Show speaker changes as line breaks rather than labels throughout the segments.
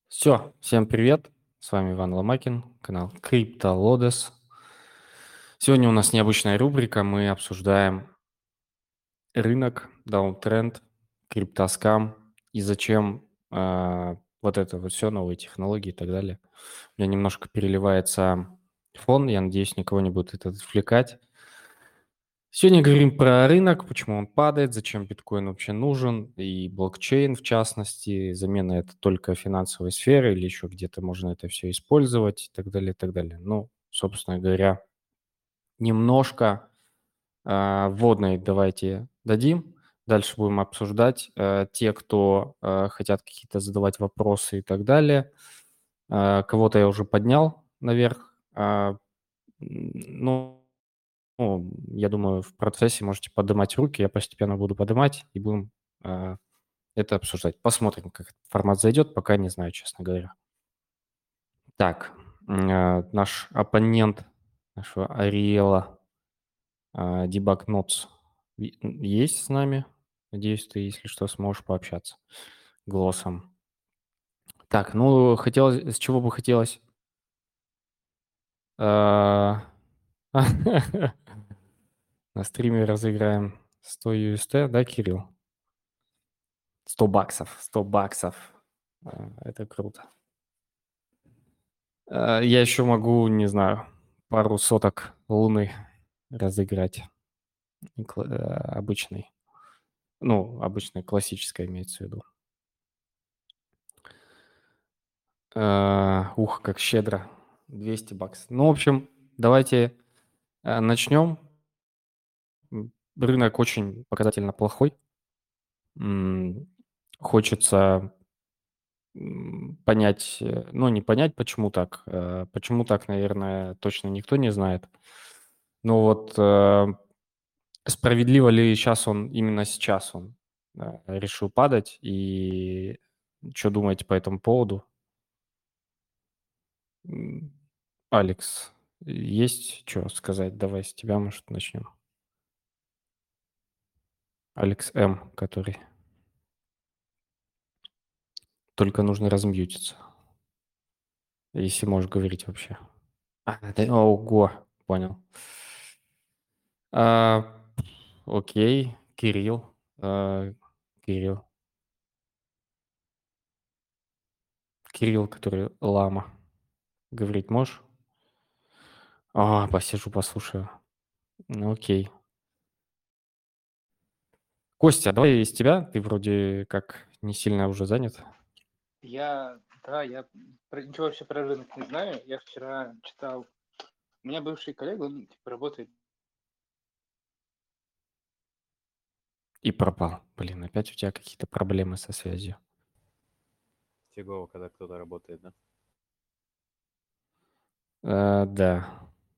Все, всем привет! С вами Иван Ломакин, канал CryptoLodes. Сегодня у нас необычная рубрика. Мы обсуждаем рынок, даунтренд, криптоскам и зачем вот это вот все, новые технологии и так далее. У меня немножко переливается фон, я надеюсь, никого не будет это отвлекать. Сегодня говорим про рынок, почему он падает, зачем биткоин вообще нужен, и блокчейн в частности, замена это только финансовой сферы или еще где-то можно это все использовать и так далее, и так далее. Ну, собственно говоря, немножко вводной давайте дадим. Дальше будем обсуждать. Те, кто хотят какие-то задавать вопросы и так далее. Кого-то я уже поднял наверх. Ну, я думаю, в процессе можете поднимать руки, я постепенно буду поднимать и будем это обсуждать. Посмотрим, как этот формат зайдет, пока не знаю, честно говоря. Так, наш оппонент нашего Ариэла, Debug Notes, есть с нами. Надеюсь, ты, если что, сможешь пообщаться голосом. Так, ну, хотелось, с чего бы хотелось? А, На стриме разыграем 100 UST, да, Кирилл? 100 баксов, 100 баксов. Это круто. Я еще могу, не знаю, пару соток Луны разыграть. Обычный. Ну, обычная классическая имеется в виду. Ух, как щедро. 200 баксов. Ну, в общем, давайте начнем. Рынок очень показательно плохой. Хочется понять, ну, не понять, почему так. Почему так, наверное, точно никто не знает. Но вот справедливо ли именно сейчас он решил падать, и что думаете по этому поводу? М, Алекс, есть что сказать? Давай с тебя, может, начнем. Алекс М, который. Только нужно размьютиться, если можешь говорить вообще. Ого, понял. А, окей, Кирилл. а, Кирилл. Кирилл, который лама. Говорить можешь? Посижу, послушаю. Ну, окей. Костя, давай из тебя. Ты вроде как не сильно уже занят.
Ничего вообще про рынок не знаю. Я вчера читал, у меня бывший коллега, он типа работает.
И пропал. Блин, опять у тебя какие-то проблемы со связью.
Фигово, когда кто-то работает, да?
Да.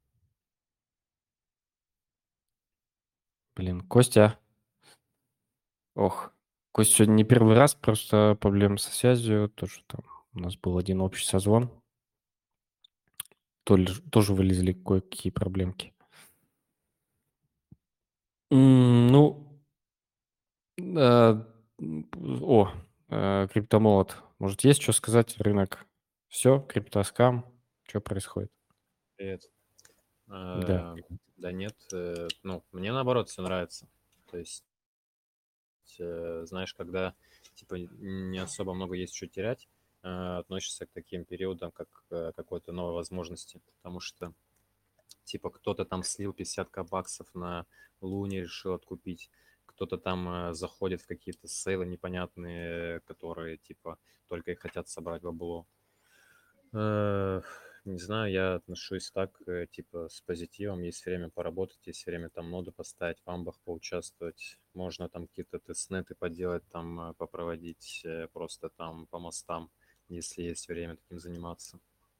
Блин, Костя. Ох. Костя сегодня не первый раз, просто проблемы со связью. Тоже там у нас был один общий созвон. Тоже вылезли кое-какие проблемки. Ну, о, криптомолот. Может, есть что сказать? Рынок. Все, криптоскам. Что происходит?
Привет.
Да.
Да нет, ну, мне наоборот все нравится. То есть, знаешь, когда, типа, не особо много есть что терять, относишься к таким периодам, как какой-то новой возможности. Потому что, типа, кто-то там слил 50 баксов на Луне, решил откупить, кто-то там заходит в какие-то сейлы непонятные, которые, типа, только и хотят собрать бабло. Э, Не знаю, я отношусь так, типа, с позитивом. Есть время поработать, есть время там ноду поставить, в амбах поучаствовать. Можно там какие-то тестнеты поделать, там попроводить просто там по мостам, если есть время таким заниматься.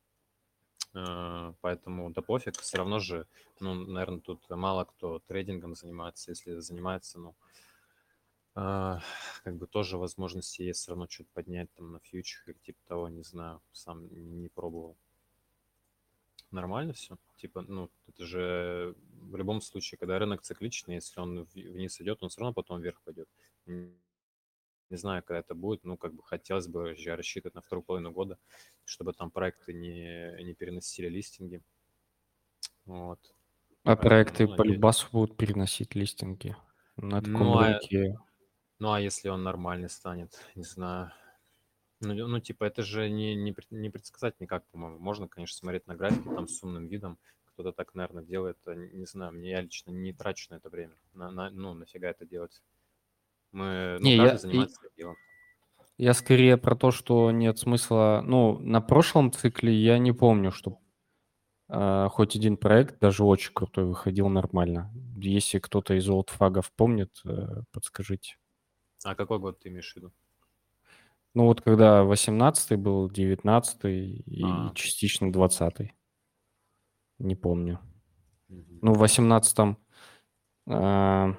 Поэтому да пофиг, все равно же, ну, наверное, тут мало кто трейдингом занимается. Если занимается, ну, как бы тоже возможности есть все равно что-то поднять там на фьючах или типа того, не знаю, сам не пробовал. Нормально все. Типа, ну, это же в любом случае, когда рынок цикличный, если он вниз идет, он все равно потом вверх пойдет. Не знаю, когда это будет, ну, как бы хотелось бы же рассчитывать на вторую половину года, чтобы там проекты не переносили листинги. Вот.
А
Поэтому,
проекты
ну,
по
надеюсь.
любасу будут переносить листинги. На таком
Ну,
рынке.
ну, а если он нормальный станет, не знаю. Ну, типа, это же не предсказать никак, по-моему. Можно, конечно, смотреть на графики там с умным видом. Кто-то так, наверное, делает. Не знаю, я лично не трачу на это время. Ну, нафига это делать? Ну,
Не,
каждый занимается своим делом.
я скорее про то, что нет смысла. Ну, на прошлом цикле я не помню, что хоть один проект, даже очень крутой, выходил нормально. Если кто-то из олдфагов помнит, подскажите.
А какой год ты имеешь в виду?
Ну вот когда 18-й был, 19-й и
А,
частично 20-й. Не помню.
мгм.
Ну, в 18-м, в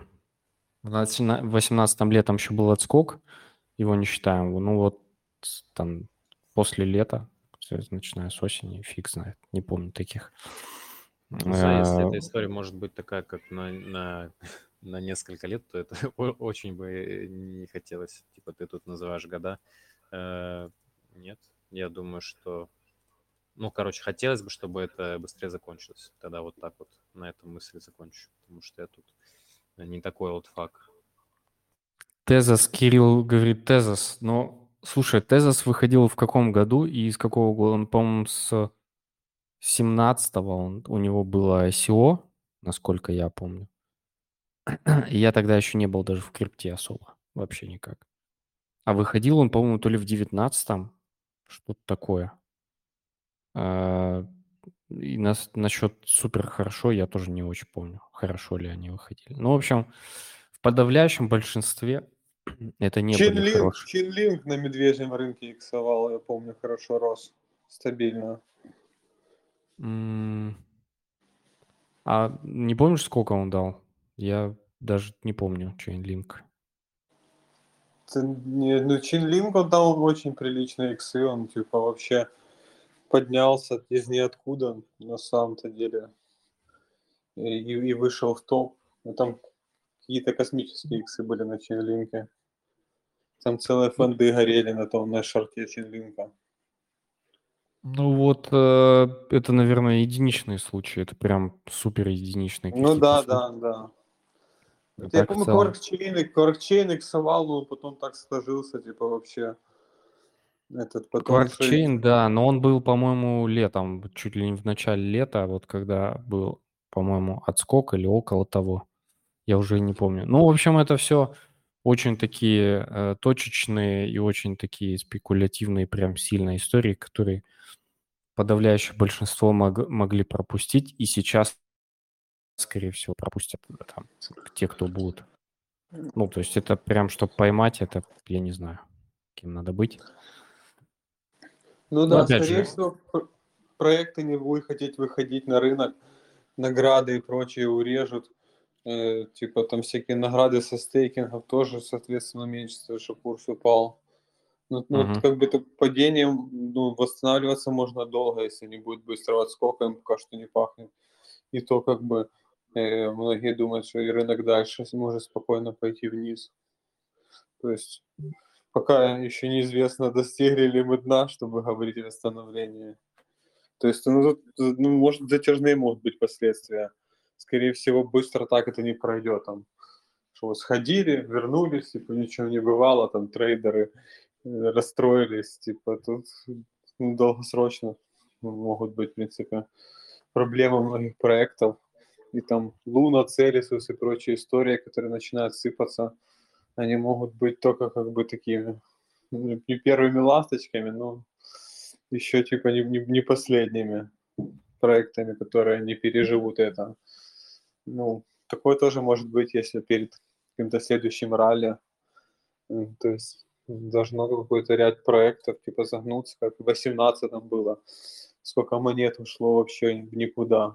18-м летом еще был отскок, его не считаем. Ну вот там после лета, начиная с осени, фиг знает, не помню таких.
Не знаю, если
Э,
эта история может быть такая, как на несколько лет, то это очень бы не хотелось. Типа ты тут называешь года. Э, Нет, я думаю, что... Ну, короче, хотелось бы, чтобы это быстрее закончилось. Тогда вот так вот на этом мысли закончу. Потому что я тут не такой вот факт.
Тезос, Кирилл говорит Тезос, но слушай, Тезос выходил в каком году и из какого года? Он, по-моему, с 17-го у него было ICO, насколько я помню. И я тогда еще не был даже в крипте особо, вообще никак. А выходил он, по-моему, то ли в 19-м, что-то такое. А, И насчет супер хорошо я тоже не очень помню, хорошо ли они выходили. Ну, в общем, в подавляющем большинстве это не были хорошие.
Чинлинк на медвежьем рынке иксовал, я помню, хорошо рос. Стабильно.
М, А не помнишь, сколько он дал? Я даже не помню, Chainlink.
Ну, Чинлинк он дал очень приличные иксы, он типа вообще поднялся из ниоткуда на самом-то деле и вышел в топ. Ну, там какие-то космические иксы были на Чинлинке. Там целые фонды горели на шарте Чинлинка.
Ну вот, это, наверное, единичные случаи. Это прям супер единичные
Ну
какие-то
да,
случаи.
да, да.
А
Я
так в
помню,
целом.
Quarkchain иксовал, но потом так сложился, типа вообще этот потом что
Quarkchain, да, но он был, по-моему, летом, чуть ли не в начале лета, вот когда был, по-моему, отскок или около того. Я уже не помню. Ну, в общем, это все очень такие точечные и очень такие спекулятивные, прям сильные истории, которые подавляющее большинство могли пропустить, и сейчас, скорее всего, пропустят там те, кто будут. Ну, то есть это прям, чтобы поймать, это, я не знаю, кем надо быть.
Ну
Но
да,
опять
скорее
же,
всего, проекты не будут хотеть выходить на рынок, награды и прочее урежут. Типа там всякие награды со стейкингов тоже, соответственно, уменьшатся, что курс упал. Ну, вот
мгм.
как бы это падением, ну, восстанавливаться можно долго, если не будет быстрого отскока, им пока что не пахнет. И то как бы многие думают, что и рынок дальше может спокойно пойти вниз. То есть пока еще неизвестно, достигли ли мы дна, чтобы говорить о восстановлении. То есть, ну, может, затяжные могут быть последствия. Скорее всего, быстро так это не пройдет. Там, что вот сходили, вернулись, типа ничего не бывало, там трейдеры расстроились, типа тут долгосрочно могут быть, в принципе, проблемы многих проектов. И там Луна, Целисус и прочие истории, которые начинают сыпаться, они могут быть только как бы такими не первыми ласточками, но еще типа не последними проектами, которые не переживут это. Ну, такое тоже может быть, если перед каким-то следующим ралли. То есть должно какой-то ряд проектов типа загнуться, как в 18-м было. Сколько монет ушло вообще в никуда.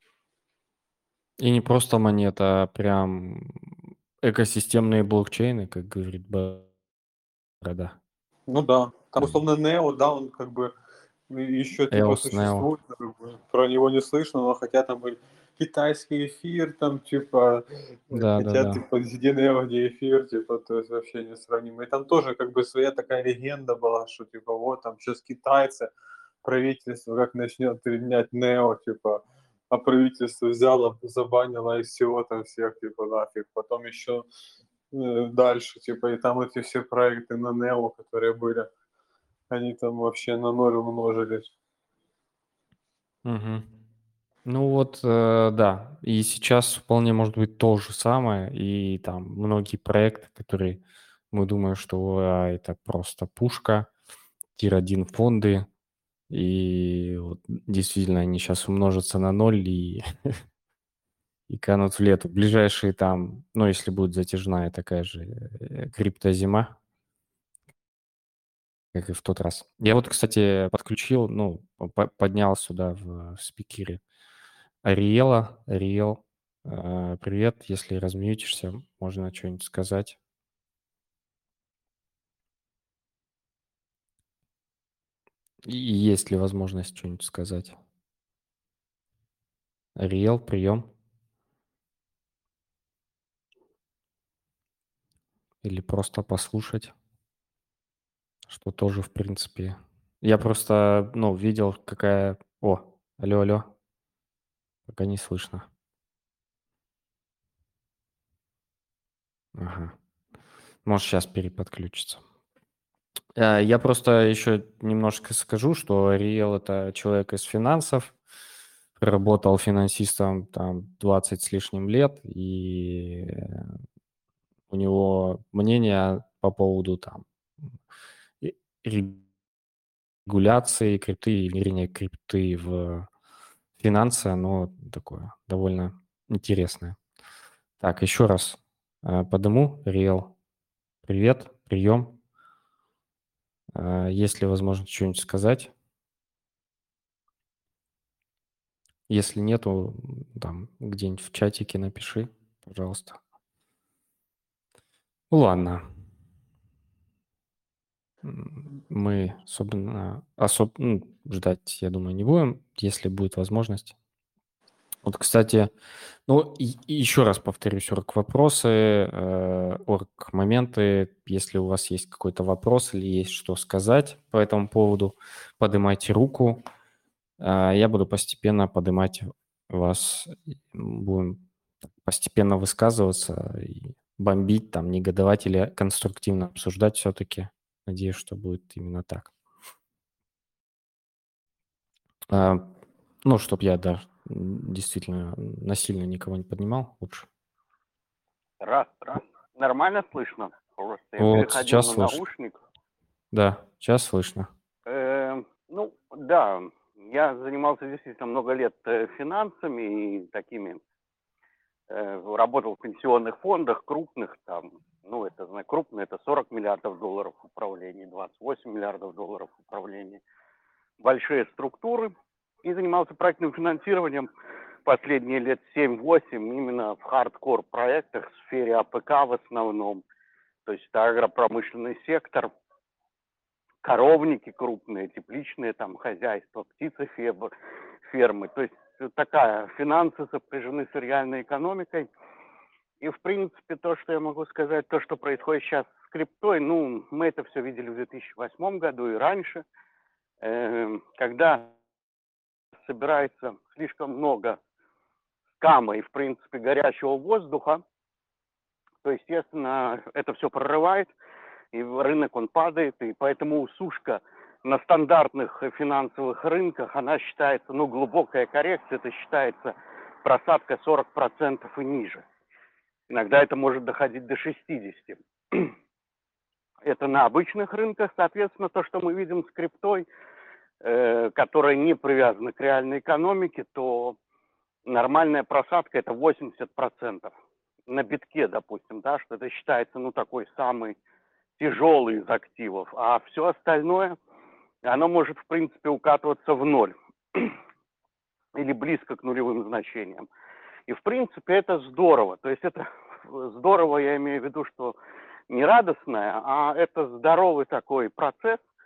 И не просто монета, а прям экосистемные блокчейны, как говорит Борода.
Ну да, там условно Нео, да, он как бы еще типа
EOS Neo.
существует, как бы, про него не слышно, но хотя там и китайский эфир, там типа,
Да, да,
хотя
да.
типа где Neo, где эфир, типа, то есть вообще несравнимо. И там тоже как бы своя такая легенда была, что типа вот там сейчас китайцы, правительство как начнет применять Neo, типа, а правительство взяло, забанило из всего там всех, типа, нафиг. Потом еще дальше, типа, и там эти все проекты на Neo, которые были, они там вообще на ноль умножились.
Мгм. Ну вот, да. И сейчас вполне может быть то же самое. И там многие проекты, которые мы думаем, что это просто пушка, тир-1 фонды, и вот действительно они сейчас умножатся на ноль и канут в лету. Ближайшие там, ну, если будет затяжная такая же криптозима, как и в тот раз. Я вот, кстати, подключил, ну, поднял сюда в спикере Ариэла. Ариэл, привет. Если размьютишься, можно что-нибудь сказать. И есть ли возможность что-нибудь сказать? Ариэл, прием. Или просто послушать, что тоже, в принципе... Я просто, ну, видел, какая... О, алло, алло, пока не слышно. Ага. Может, сейчас переподключится. Я просто еще немножко скажу, что Ариэл – это человек из финансов, работал финансистом там 20 с лишним лет, и у него мнение по поводу там и- регуляции крипты и внедрения крипты в финансы, оно такое довольно интересное. Так, еще раз подыму. Ариэл, привет, прием. Есть ли возможность что-нибудь сказать? Если нету, там где-нибудь в чатике напиши, пожалуйста. Ну ладно. Мы особенно ждать, я думаю, не будем, если будет возможность. Вот, кстати, ну, и еще раз повторюсь, орг-вопросы, орг-моменты. Если у вас есть какой-то вопрос или есть что сказать по этому поводу, поднимайте руку. Я буду постепенно поднимать вас, будем постепенно высказываться и бомбить, там, негодовать или конструктивно обсуждать все-таки. Надеюсь, что будет именно так. Ну, чтобы я, да, действительно насильно никого не поднимал, лучше.
Раз. Нормально слышно? Просто я
Вот
переходил
сейчас
на
слышно.
наушник.
Да, сейчас слышно.
Ну, да, я занимался действительно много лет финансами и такими. Работал в пенсионных фондах крупных, там, ну, это, крупные, это 40 миллиардов долларов управления, 28 миллиардов долларов управления. Большие структуры. И занимался проектным финансированием последние лет 7-8 именно в хардкор проектах в сфере АПК в основном. То есть это агропромышленный сектор, коровники крупные, тепличные там хозяйства, птицефермы. То есть такая, финансы сопряжены с реальной экономикой. И, в принципе, то, что я могу сказать, то, что происходит сейчас с криптой, ну, мы это все видели в 2008 году и раньше, когда собирается слишком много скама и, в принципе, горячего воздуха, то, естественно, это все прорывает, и рынок, он падает, и поэтому сушка на стандартных финансовых рынках, она считается, ну, глубокая коррекция, это считается просадка 40% и ниже. Иногда это может доходить до 60%. Это на обычных рынках, соответственно, то, что мы видим с криптой, которая не привязана к реальной экономике, то нормальная просадка это 80%. На битке, допустим, да, что это считается, ну, такой самый тяжелый из активов, а все остальное, оно может, в принципе, укатываться в ноль или близко к нулевым значениям. И, в принципе, это здорово. То есть это здорово, я имею в виду, что не радостное, а это здоровый такой процесс,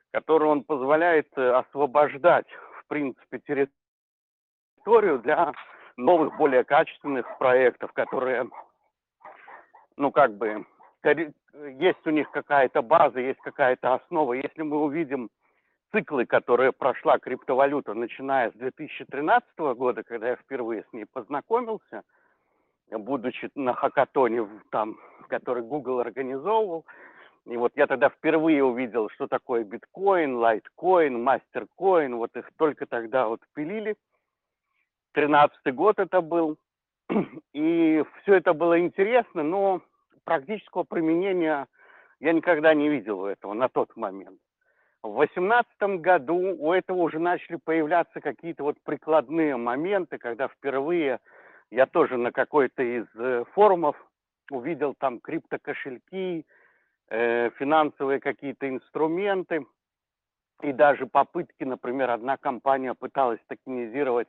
который он позволяет освобождать, в принципе, территорию для новых, более качественных проектов, которые, ну, как бы, есть у них какая-то база, есть какая-то основа. Если мы увидим циклы, которые прошла криптовалюта, начиная с 2013 года, когда я впервые с ней познакомился, будучи на хакатоне, там, который Google организовывал, и вот я тогда впервые увидел, что такое биткоин, лайткоин, мастеркоин, вот их только тогда вот пилили. 13-й год это был. И все это было интересно, но практического применения я никогда не видел этого на тот момент. В 2018 году у этого уже начали появляться какие-то вот прикладные моменты, когда впервые я тоже на какой-то из форумов увидел там криптокошельки, финансовые какие-то инструменты, и даже попытки, например, одна компания пыталась токенизировать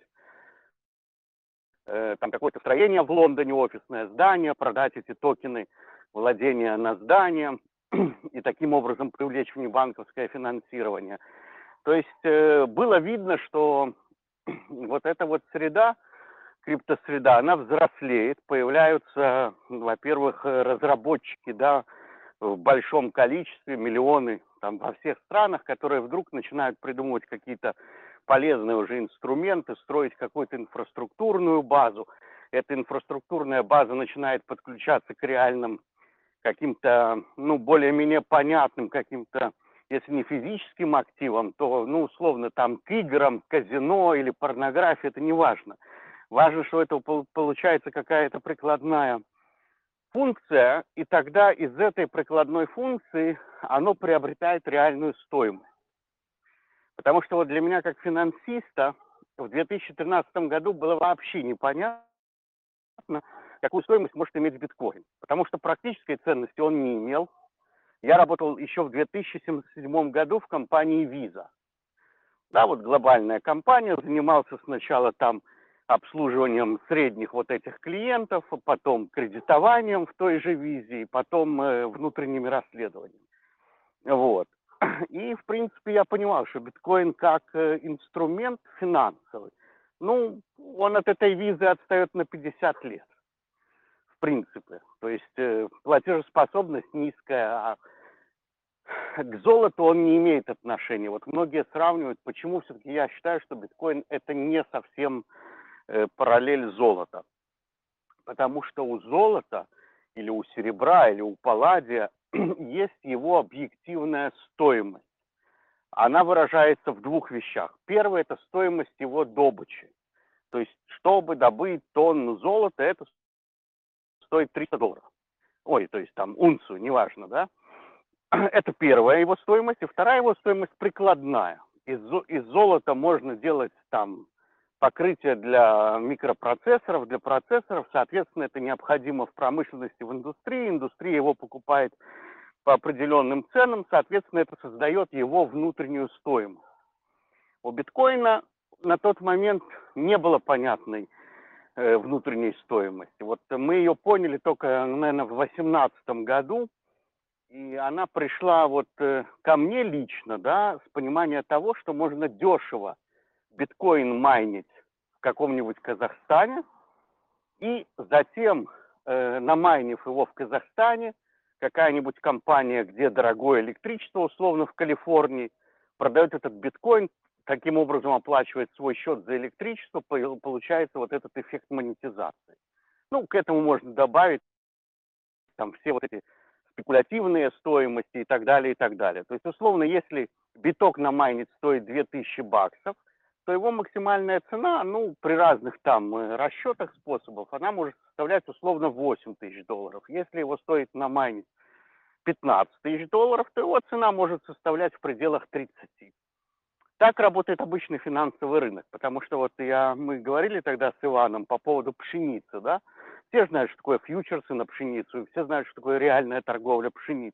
там какое-то строение в Лондоне, офисное здание, продать эти токены владения на здание и таким образом привлечь внебанковское финансирование. То есть было видно, что вот эта вот среда, криптосреда, она взрослеет, появляются, во-первых, разработчики, да, в большом количестве, миллионы там во всех странах, которые вдруг начинают придумывать какие-то полезные уже инструменты, строить какую-то инфраструктурную базу. Эта инфраструктурная база начинает подключаться к реальным каким-то, ну, более-менее понятным каким-то, если не физическим активам, то, ну, условно, там, к играм, казино или порнографии, это не важно. Важно, что это получается какая-то прикладная функция, и тогда из этой прикладной функции оно приобретает реальную стоимость. Потому что вот для меня, как финансиста, в 2013 году было вообще непонятно, какую стоимость может иметь биткоин. Потому что практической ценности он не имел. Я работал еще в 2007 году в компании Visa. Да, вот глобальная компания, занимался сначала там обслуживанием средних вот этих клиентов, потом кредитованием в той же Визе, потом внутренними расследованиями. Вот. И, в принципе, я понимал, что биткоин как инструмент финансовый, ну, он от этой визы отстает на 50 лет, в принципе. То есть платежеспособность низкая, а к золоту он не имеет отношения. Вот многие сравнивают, почему все-таки я считаю, что биткоин это не совсем параллель золота. Потому что у золота или у серебра, или у палладия есть его объективная стоимость. Она выражается в двух вещах. Первое – это стоимость его добычи. То есть, чтобы добыть тонну золота, это стоит $300. Ой, то есть там унцию, неважно, да? Это первая его стоимость. И вторая его стоимость прикладная. Из золота можно делать там покрытие для микропроцессоров, для процессоров. Соответственно, это необходимо в промышленности, в индустрии. Индустрия его покупает по определенным ценам. Соответственно, это создает его внутреннюю стоимость. У биткоина на тот момент не было понятной внутренней стоимости. Вот мы ее поняли только, наверное, в 2018 году. И она пришла вот ко мне лично, да, с понимания того, что можно дешево биткоин майнить в каком-нибудь Казахстане, и затем, намайнив его в Казахстане, какая-нибудь компания, где дорогое электричество, условно в Калифорнии, продает этот биткоин, таким образом оплачивает свой счет за электричество, получается вот этот эффект монетизации. Ну, к этому можно добавить там все вот эти спекулятивные стоимости и так далее, и так далее. То есть, условно, если биток намайнить стоит $2000, то его максимальная цена, ну, при разных там расчетах, способов, она может составлять условно $8000. Если его стоит намайнить $15 000, то его цена может составлять в пределах 30. Так работает обычный финансовый рынок, потому что вот мы говорили тогда с Иваном по поводу пшеницы, да, все знают, что такое фьючерсы на пшеницу, и все знают, что такое реальная торговля пшеницей.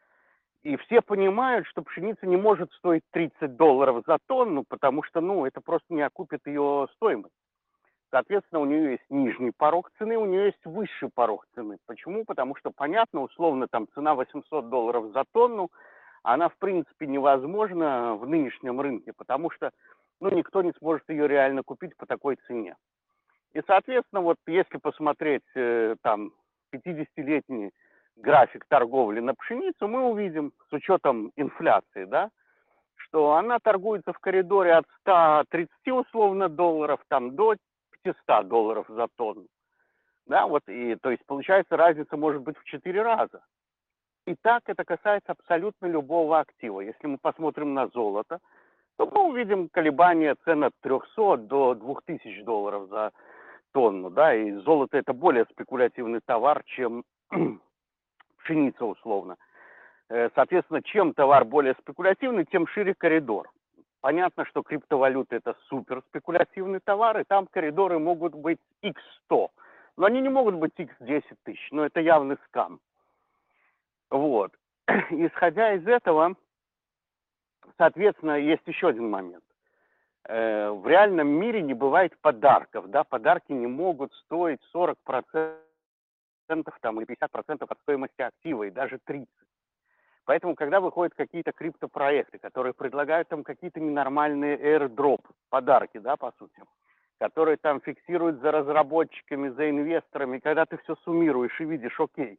И все понимают, что пшеница не может стоить $30 за тонну, потому что, ну, это просто не окупит ее стоимость. Соответственно, у нее есть нижний порог цены, у нее есть высший порог цены. Почему? Потому что, понятно, условно, там цена $800 за тонну, она в принципе невозможна в нынешнем рынке, потому что никто не сможет ее реально купить по такой цене. И, соответственно, вот если посмотреть там 50-летний график торговли на пшеницу, мы увидим с учетом инфляции, да, что она торгуется в коридоре от 130 условно долларов там, до $500 за тонну. Да, вот, и, то есть, получается, разница может быть в 4 раза. И так это касается абсолютно любого актива. Если мы посмотрим на золото, то мы увидим колебания цен от 300 до $2000 за тонну, да, и золото это более спекулятивный товар, чем пшеница условно. Соответственно, чем товар более спекулятивный, тем шире коридор. Понятно, что криптовалюта это супер спекулятивный товар, и там коридоры могут быть x100, но они не могут быть x10 тысяч, но это явный скам. Вот. Исходя из этого, соответственно, есть еще один момент. В реальном мире не бывает подарков, да, подарки не могут стоить 40% там, или 50% от стоимости актива, и даже 30%. Поэтому, когда выходят какие-то криптопроекты, которые предлагают там какие-то ненормальные airdrop, подарки, да, по сути, которые там фиксируют за разработчиками, за инвесторами, когда ты все суммируешь и видишь, окей,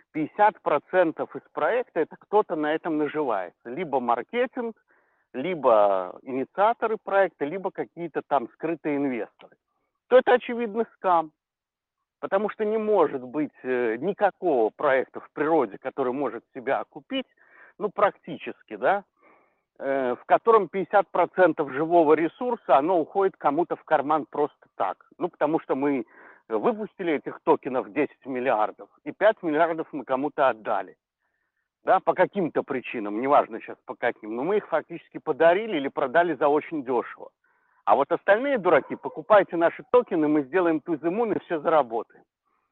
50% из проекта это кто-то на этом наживается. Либо маркетинг, либо инициаторы проекта, либо какие-то там скрытые инвесторы. То это очевидно скам. Потому что не может быть никакого проекта в природе, который может себя окупить, практически, да, в котором 50% живого ресурса, оно уходит кому-то в карман просто так. Потому что мы выпустили этих токенов 10 миллиардов, и 5 миллиардов мы кому-то отдали. Да, по каким-то причинам, неважно сейчас по каким, но мы их фактически подарили или продали за очень дешево. А вот остальные дураки, покупайте наши токены, мы сделаем to the moon и все заработаем.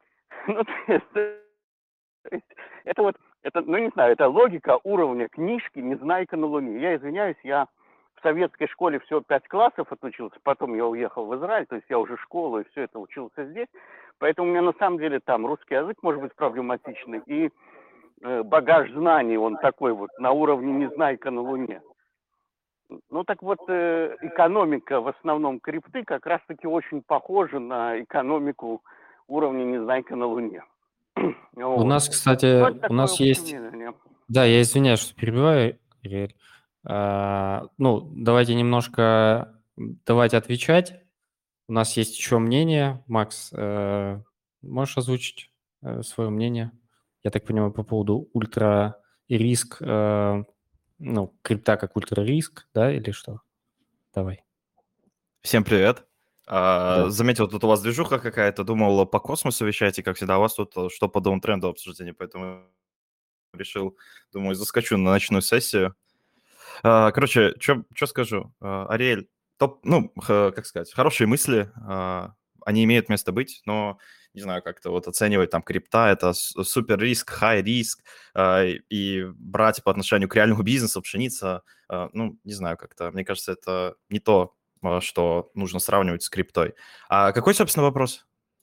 Это, не знаю, это логика уровня книжки «Незнайка на Луне». Я извиняюсь, я в советской школе всего 5 классов отучился, потом я уехал в Израиль, то есть я уже школу и все это учился здесь, поэтому у меня на самом деле там русский язык может быть проблематичный, и багаж знаний, он такой вот на уровне «Незнайка на Луне». Так вот, экономика в основном крипты как раз-таки очень похожа на экономику уровня «Незнайка на Луне».
У нас, кстати, у нас есть... Да, я извиняюсь, что перебиваю, Ириэль. Давайте немножко... Давайте отвечать. У нас есть еще мнение. Макс, можешь озвучить свое мнение? Я так понимаю, по поводу ультра и риск, крипта как ультра риск, да, или что? Давай.
Всем привет.
Да.
Заметил, тут у вас движуха какая-то, думал, по космосу вещаете, как всегда, у вас тут что по даунтренду обсуждение, поэтому решил, думаю, заскочу на ночную сессию. Короче, что скажу? Ариэль, как сказать, хорошие мысли, они имеют место быть, но не знаю, как-то вот оценивать там крипта, это супер риск, хай риск, и брать по отношению к реальному бизнесу пшеница, не знаю, как-то, мне кажется, это не то, что нужно сравнивать с криптой. А какой, собственно, вопрос?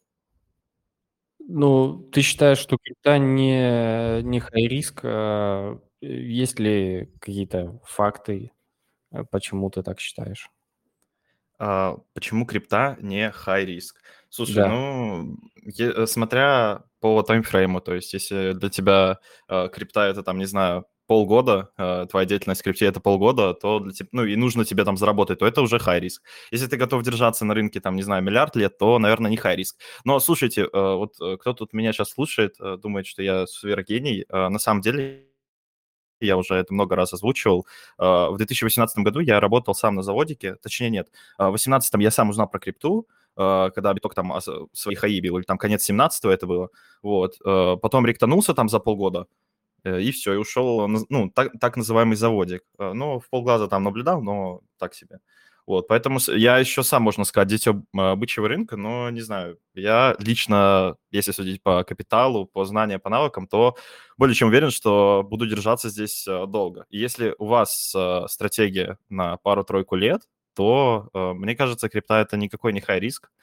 Ты считаешь, что крипта не хай-риск? Есть ли какие-то факты, почему ты так считаешь?
Почему крипта не хай-риск? Слушай,
Да.
смотря по таймфрейму, то есть если для тебя крипта это там, не знаю, полгода, твоя деятельность в крипте это полгода, то для тебя, и нужно тебе там заработать, то это уже хай-риск. Если ты готов держаться на рынке, там, не знаю, миллиард лет, то, наверное, не хай-риск. Но слушайте, вот кто тут меня сейчас слушает, думает, что я супергений, на самом деле я уже это много раз озвучивал. В 2018 году я работал сам на заводике, точнее нет, в 2018 я сам узнал про крипту, когда биток там свои хаи бил, или там конец 17-го это было, вот. Потом ректанулся там за полгода, и все, и ушел, так называемый заводик. В полглаза там наблюдал, но так себе. Вот, поэтому я еще сам, можно сказать, дитё бычьего рынка, но не знаю, я лично, если судить по капиталу, по знаниям, по навыкам, то более чем уверен, что буду держаться здесь долго. И если у вас стратегия на пару-тройку лет, то, мне кажется, крипта – это никакой не хай-риск.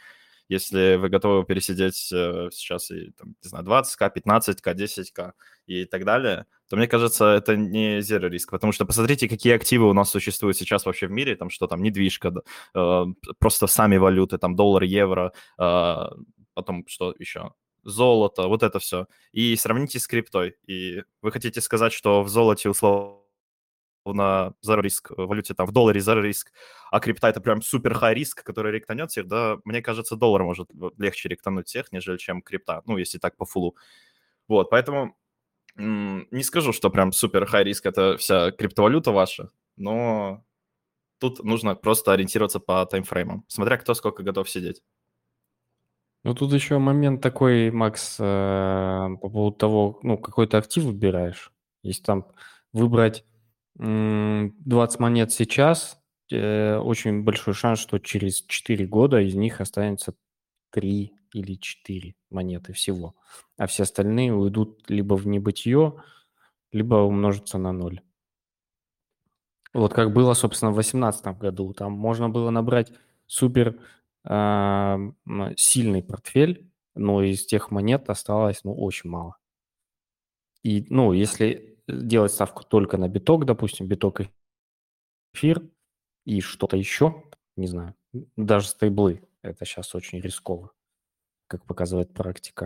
Если вы готовы пересидеть сейчас и, там, не знаю, 20к, 15к, 10к и так далее, то, мне кажется, это не zero риск, потому что посмотрите, какие активы у нас существуют сейчас вообще в мире, там что там, недвижка, просто сами валюты, там доллар, евро, потом что еще? Золото, вот это все. И сравните с криптой. И вы хотите сказать, что в золоте условно zero риск, в валюте там в долларе zero риск, а крипта это прям супер хай риск, который ректанет всех, да, мне кажется, доллар может легче ректануть всех, нежели чем крипта, ну, если так по фулу. Вот, поэтому не скажу, что прям супер хай риск это вся криптовалюта ваша, но тут нужно просто ориентироваться по таймфреймам, смотря кто сколько готов сидеть.
Ну, тут еще момент такой, Макс, по поводу того, ну, какой ты актив выбираешь. Если там выбрать 20 монет сейчас, очень большой шанс, что через 4 года из них останется 3 или 4 монеты всего. А все остальные уйдут либо в небытие, либо умножатся на 0. Вот как было, собственно, в 2018 году. Там можно было набрать супер сильный портфель, но из тех монет осталось, ну, очень мало. И, ну, если делать ставку только на биток, допустим, биток эфир и что-то еще, не знаю, даже стейблы, это сейчас очень рисково, как показывает практика.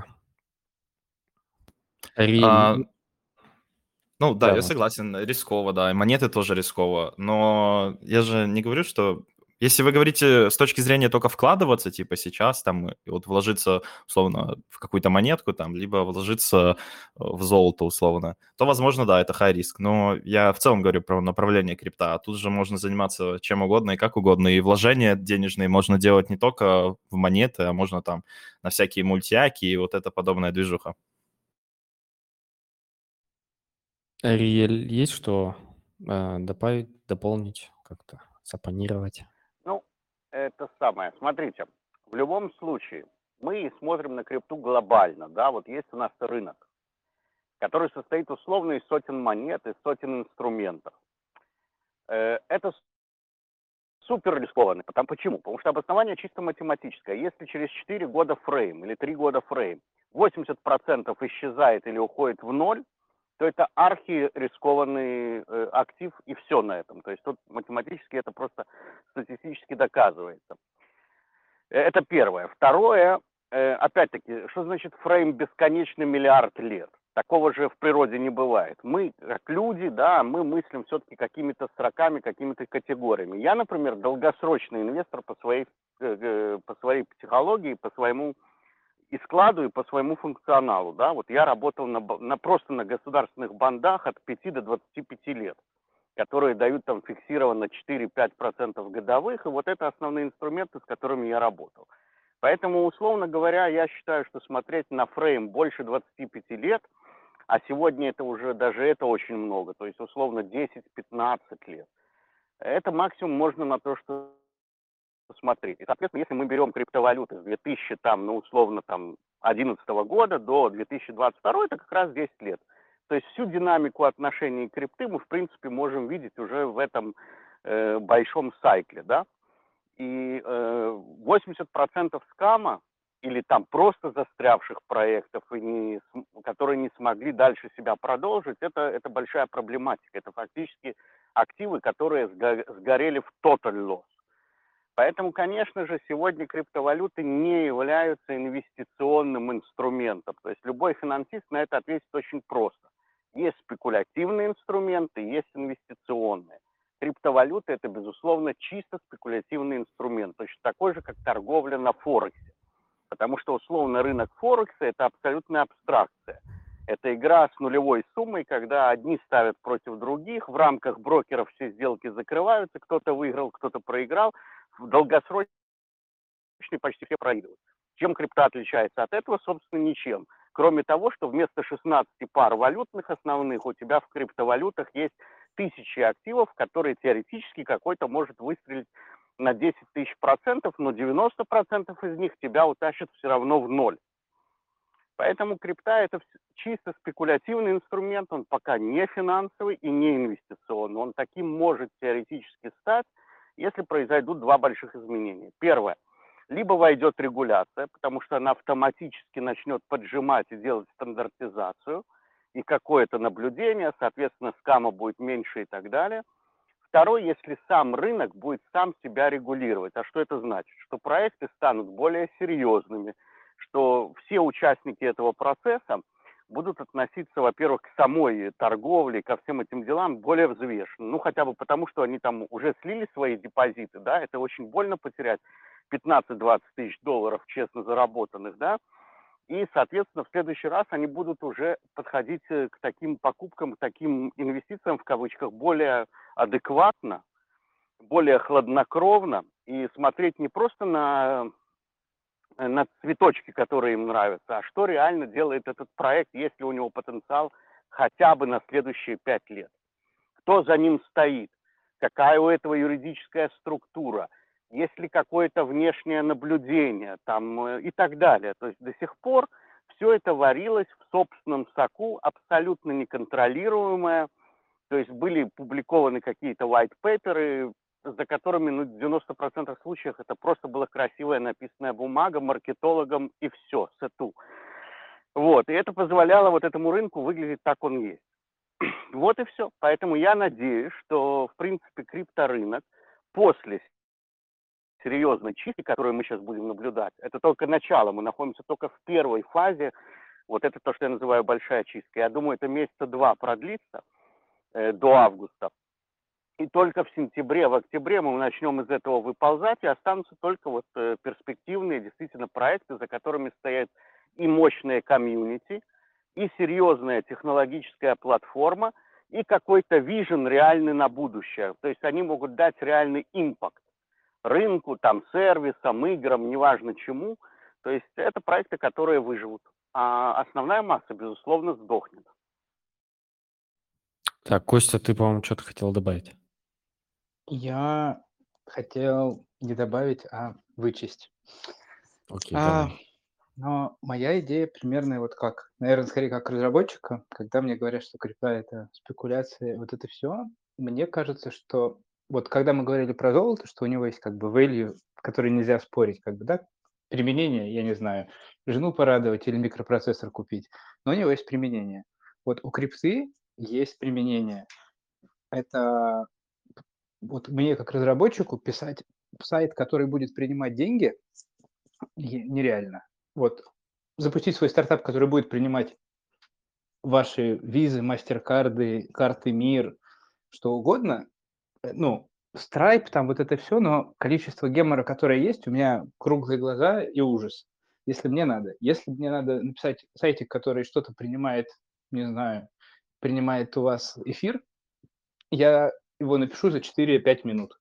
А, Ну да,
Да,
я
Макс.
согласен, рисково, да, и монеты тоже рисково, но я же не говорю, что если вы говорите с точки зрения только вкладываться, типа сейчас, там, и вот вложиться, условно, в какую-то монетку, там, либо вложиться в золото, условно, то, возможно, да, это high риск, но я в целом говорю про направление крипта, а тут же можно заниматься чем угодно и как угодно, и вложения денежные можно делать не только в монеты, а можно там на всякие мультиаки и вот это подобная движуха.
Ариэль, есть что добавить, дополнить, как-то сопонировать?
Ну, это самое. Смотрите, в любом случае мы смотрим на крипту глобально, да, вот есть у нас рынок, который состоит условно из сотен монет, из сотен инструментов. Это супер рискованно. Почему? Потому что обоснование чисто математическое. Если через 4 года фрейм или 3 года фрейм 80% исчезает или уходит в ноль, то это архирискованный актив, и все на этом. То есть тут математически это просто статистически доказывается. Это первое. Второе, опять-таки, что значит фрейм бесконечный миллиард лет? Такого же в природе не бывает. Мы, как люди, да, мы мыслим все-таки какими-то строками, какими-то категориями. Я, например, долгосрочный инвестор по своей психологии, по своему и складу, и по своему функционалу. Да? Вот я работал просто на государственных бандах от 5 до 25 лет, которые дают там фиксированно 4-5% годовых, и вот это основные инструменты, с которыми я работал. Поэтому, условно говоря, я считаю, что смотреть на фрейм больше 25 лет, а сегодня это уже даже это очень много, то есть условно 10-15 лет, это максимум можно на то, что смотреть. И, соответственно, если мы берем криптовалюты с 2000, там, ну, условно, там, 2011 года до 2022, это как раз 10 лет. То есть всю динамику отношений крипты мы, в принципе, можем видеть уже в этом большом сайкле, да. И 80% скама или там просто застрявших проектов, которые не смогли дальше себя продолжить, это большая проблематика. Это фактически активы, которые сгорели в total loss. Поэтому, конечно же, сегодня криптовалюты не являются инвестиционным инструментом. То есть любой финансист на это ответит очень просто. Есть спекулятивные инструменты, есть инвестиционные. Криптовалюта – это, безусловно, чисто спекулятивный инструмент, точно такой же, как торговля на Форексе. Потому что, условно, рынок Форекса – это абсолютная абстракция. Это игра с нулевой суммой, когда одни ставят против других, в рамках брокеров все сделки закрываются, кто-то выиграл, кто-то проиграл. В долгосрочной почти все проигрывают. Чем крипта отличается от этого? Собственно, ничем. Кроме того, что вместо 16 пар валютных основных у тебя в криптовалютах есть тысячи активов, которые теоретически какой-то может выстрелить на 10 тысяч процентов, но 90% из них тебя утащат все равно в ноль. Поэтому крипта – это чисто спекулятивный инструмент, он пока не финансовый и не инвестиционный. Он таким может теоретически стать, если произойдут два больших изменения. Первое. либо войдет регуляция, потому что она автоматически начнет поджимать и делать стандартизацию, и какое-то наблюдение, соответственно, скама будет меньше и так далее. Второй, если сам рынок будет сам себя регулировать. А что это значит? Что проекты станут более серьезными, что все участники этого процесса будут относиться, во-первых, к самой торговле, ко всем этим делам более взвешенно. Ну, хотя бы потому, что они там уже слили свои депозиты, да, это очень больно потерять 15-20 тысяч долларов честно заработанных, да, и, соответственно, в следующий раз они будут уже подходить к таким покупкам, к таким инвестициям, в кавычках, более адекватно, более хладнокровно и смотреть не просто на цветочки, которые им нравятся, а что реально делает этот проект, есть ли у него потенциал хотя бы на следующие 5 лет. Кто за ним стоит, какая у этого юридическая структура, есть ли какое-то внешнее наблюдение там, и так далее. То есть до сих пор все это варилось в собственном соку, абсолютно неконтролируемое. То есть были публикованы какие-то white paper'ы, за которыми, ну, в 90% случаев это просто была красивая написанная бумага маркетологом и все, сету. Вот, и это позволяло вот этому рынку выглядеть так, он есть. Вот и все. Поэтому я надеюсь, что, в принципе, крипторынок после серьезной чистки, которую мы сейчас будем наблюдать, это только начало, мы находимся только в первой фазе, вот это то, что я называю большая чистка. Я думаю, это месяца 2 продлится, до августа. И только в сентябре, в октябре мы начнем из этого выползать, и останутся только вот перспективные действительно проекты, за которыми стоят и мощные комьюнити, и серьезная технологическая платформа, и какой-то вижен реальный на будущее. То есть они могут дать реальный импакт рынку, там, сервисам, играм, неважно чему. То есть это проекты, которые выживут. А основная масса, безусловно, сдохнет.
Так, Костя, ты, по-моему, что-то хотел добавить.
Я хотел не добавить, а вычесть.
Окей, давай.
Но моя идея примерно вот как, наверное, скорее как разработчика, когда мне говорят, что крипта — это спекуляция, вот это все, мне кажется, что вот когда мы говорили про золото, что у него есть как бы value, который нельзя спорить, как бы, да, применение, я не знаю, жену порадовать или микропроцессор купить, но у него есть применение. Вот у крипты есть применение. Это вот мне как разработчику писать сайт, который будет принимать деньги, нереально. Вот запустить свой стартап, который будет принимать ваши визы, мастер-карды, карты МИР, что угодно, ну, Stripe, там вот это все, но количество гемора, которое есть, у меня круглые глаза и ужас. Если мне надо. Если мне надо написать сайтик, который что-то принимает, не знаю, принимает у вас эфир, я его напишу за 4-5 минут.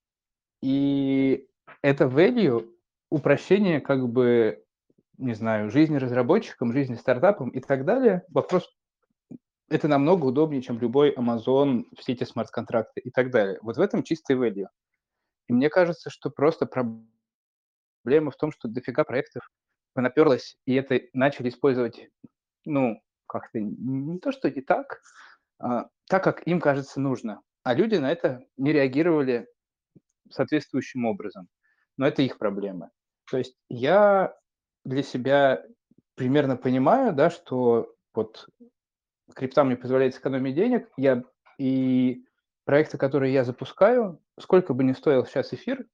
И это value, упрощение как бы, не знаю, жизни разработчикам, жизни стартапам и так далее. Вопрос, это намного удобнее, чем любой Amazon, все эти смарт-контракты и так далее. Вот в этом чистый value. И мне кажется, что просто проблема в том, что дофига проектов понаперлось, и это начали использовать, ну, как-то не то, что не так, так, как им кажется нужно. А люди на это не реагировали соответствующим образом. Но это их проблемы. То есть я для себя примерно понимаю, да, что вот крипта мне позволяет сэкономить денег, и проекты, которые я запускаю, сколько бы ни стоил сейчас эфир,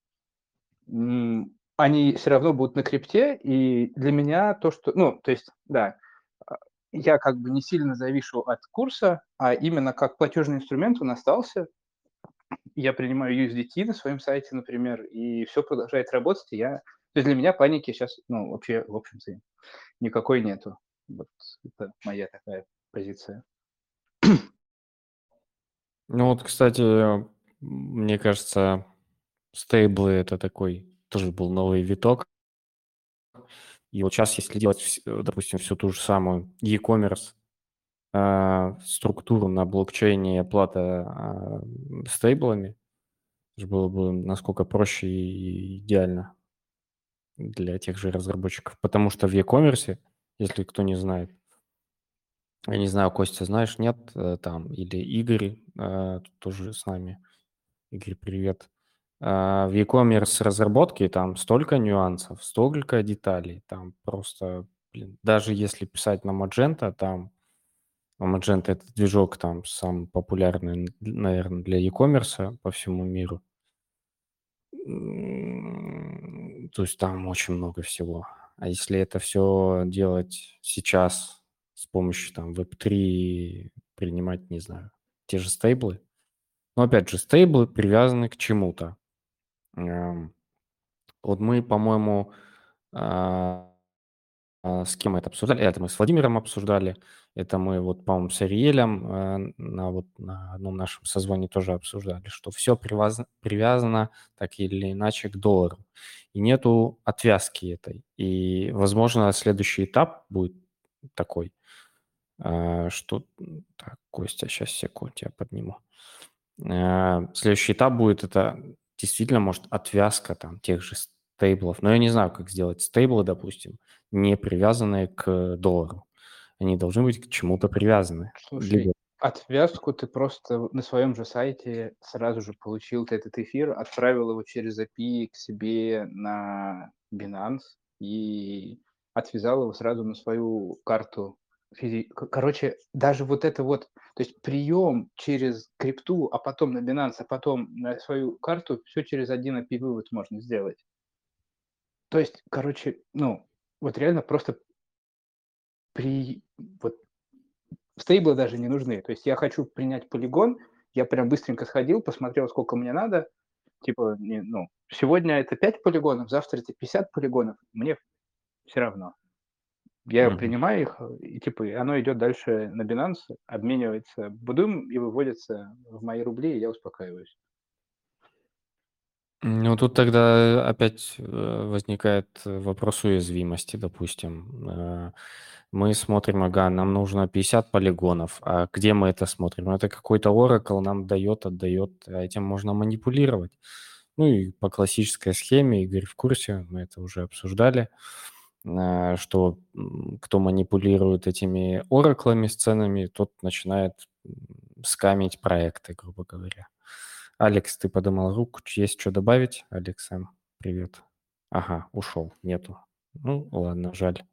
они все равно будут на крипте, и для меня то, что... Ну, то есть, да, я как бы не сильно завишу от курса, а именно как платежный инструмент он остался. Я принимаю USDT на своем сайте, например, и все продолжает работать. То есть для меня паники сейчас, ну, вообще, в общем-то, никакой нету. Вот это моя такая позиция.
Ну вот, кстати, мне кажется, стейблы — это такой тоже был новый виток. И вот сейчас, если делать, допустим, всю ту же самую e-commerce структуру на блокчейне и оплата стейблами, это же было бы насколько проще и идеально для тех же разработчиков. Потому что в e-commerce, если кто не знает, я не знаю, Костя, знаешь, нет, там, или Игорь, тут тоже с нами. Игорь, привет. В e-commerce разработке там столько нюансов, столько деталей. Там просто, даже если писать на Magento, там Magento — это движок там самый популярный, наверное, для e-commerce по всему миру. То есть там очень много всего. А если это все делать сейчас с помощью там Web3, принимать, не знаю, те же стейблы. Но опять же, стейблы привязаны к чему-то. Вот мы, по-моему, с кем это обсуждали? Это мы с Владимиром обсуждали. Это мы вот, по-моему, с Ариелем на одном нашем созвоне тоже обсуждали, что все привязано так или иначе к доллару. И нету отвязки этой. И, возможно, следующий этап будет такой, что... Так, Костя, сейчас, секунду, я подниму. Следующий этап будет, это действительно, может, отвязка там тех же стейблов. Но я не знаю, как сделать стейблы, допустим, не привязанные к доллару. Они должны быть к чему-то привязаны.
Слушай, отвязку ты просто на своем же сайте сразу же получил ты этот эфир, отправил его через API к себе на Binance и отвязал его сразу на свою карту. Короче, даже вот это вот, то есть прием через крипту, а потом на Binance, а потом на свою карту, все через один API-вывод можно сделать. То есть, короче, ну, вот реально просто вот стейблы даже не нужны. То есть я хочу принять полигон, я прям быстренько сходил, посмотрел, сколько мне надо. Типа, сегодня это 5 полигонов, завтра это 50 полигонов. Мне все равно. Я принимаю их, и типа оно идет дальше на Binance, обменивается будем и выводится в мои рубли, и я успокаиваюсь.
Ну, тут тогда опять возникает вопрос уязвимости, допустим. Мы смотрим, ага, нам нужно 50 полигонов, а где мы это смотрим? Это какой-то Oracle нам дает, отдает, а этим можно манипулировать. Ну и по классической схеме, Игорь в курсе, мы это уже обсуждали, что кто манипулирует этими ораклами с ценами, тот начинает скамить проекты, грубо говоря. Алекс, ты подымал руку, есть что добавить? Алекс, привет. Ага, ушел, нету. Ну, ладно, жаль.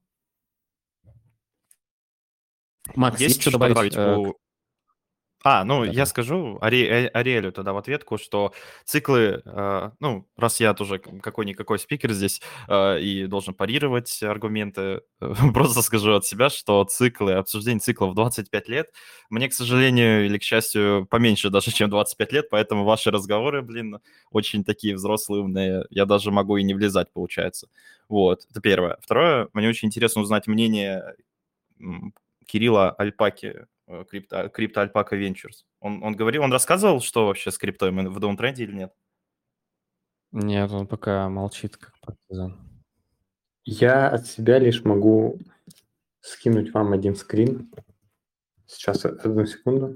Макс, есть что
что
добавить?
добавить я
Давай.
скажу Ариэлю тогда в ответку, что циклы, раз я тоже какой-никакой спикер здесь и должен парировать аргументы, просто скажу от себя, что обсуждение циклов 25 лет, мне, к сожалению или к счастью, поменьше даже, чем 25 лет, поэтому ваши разговоры, очень такие взрослые, умные, я даже могу и не влезать, получается. Вот, это первое. Второе, мне очень интересно узнать мнение Кирилла Альпаки, Крипто Альпака Ventures. Он рассказывал, что вообще с криптой в даунтренде или нет?
Нет, он пока молчит, как партизан.
Я от себя лишь могу скинуть вам один скрин. Сейчас, одну секунду.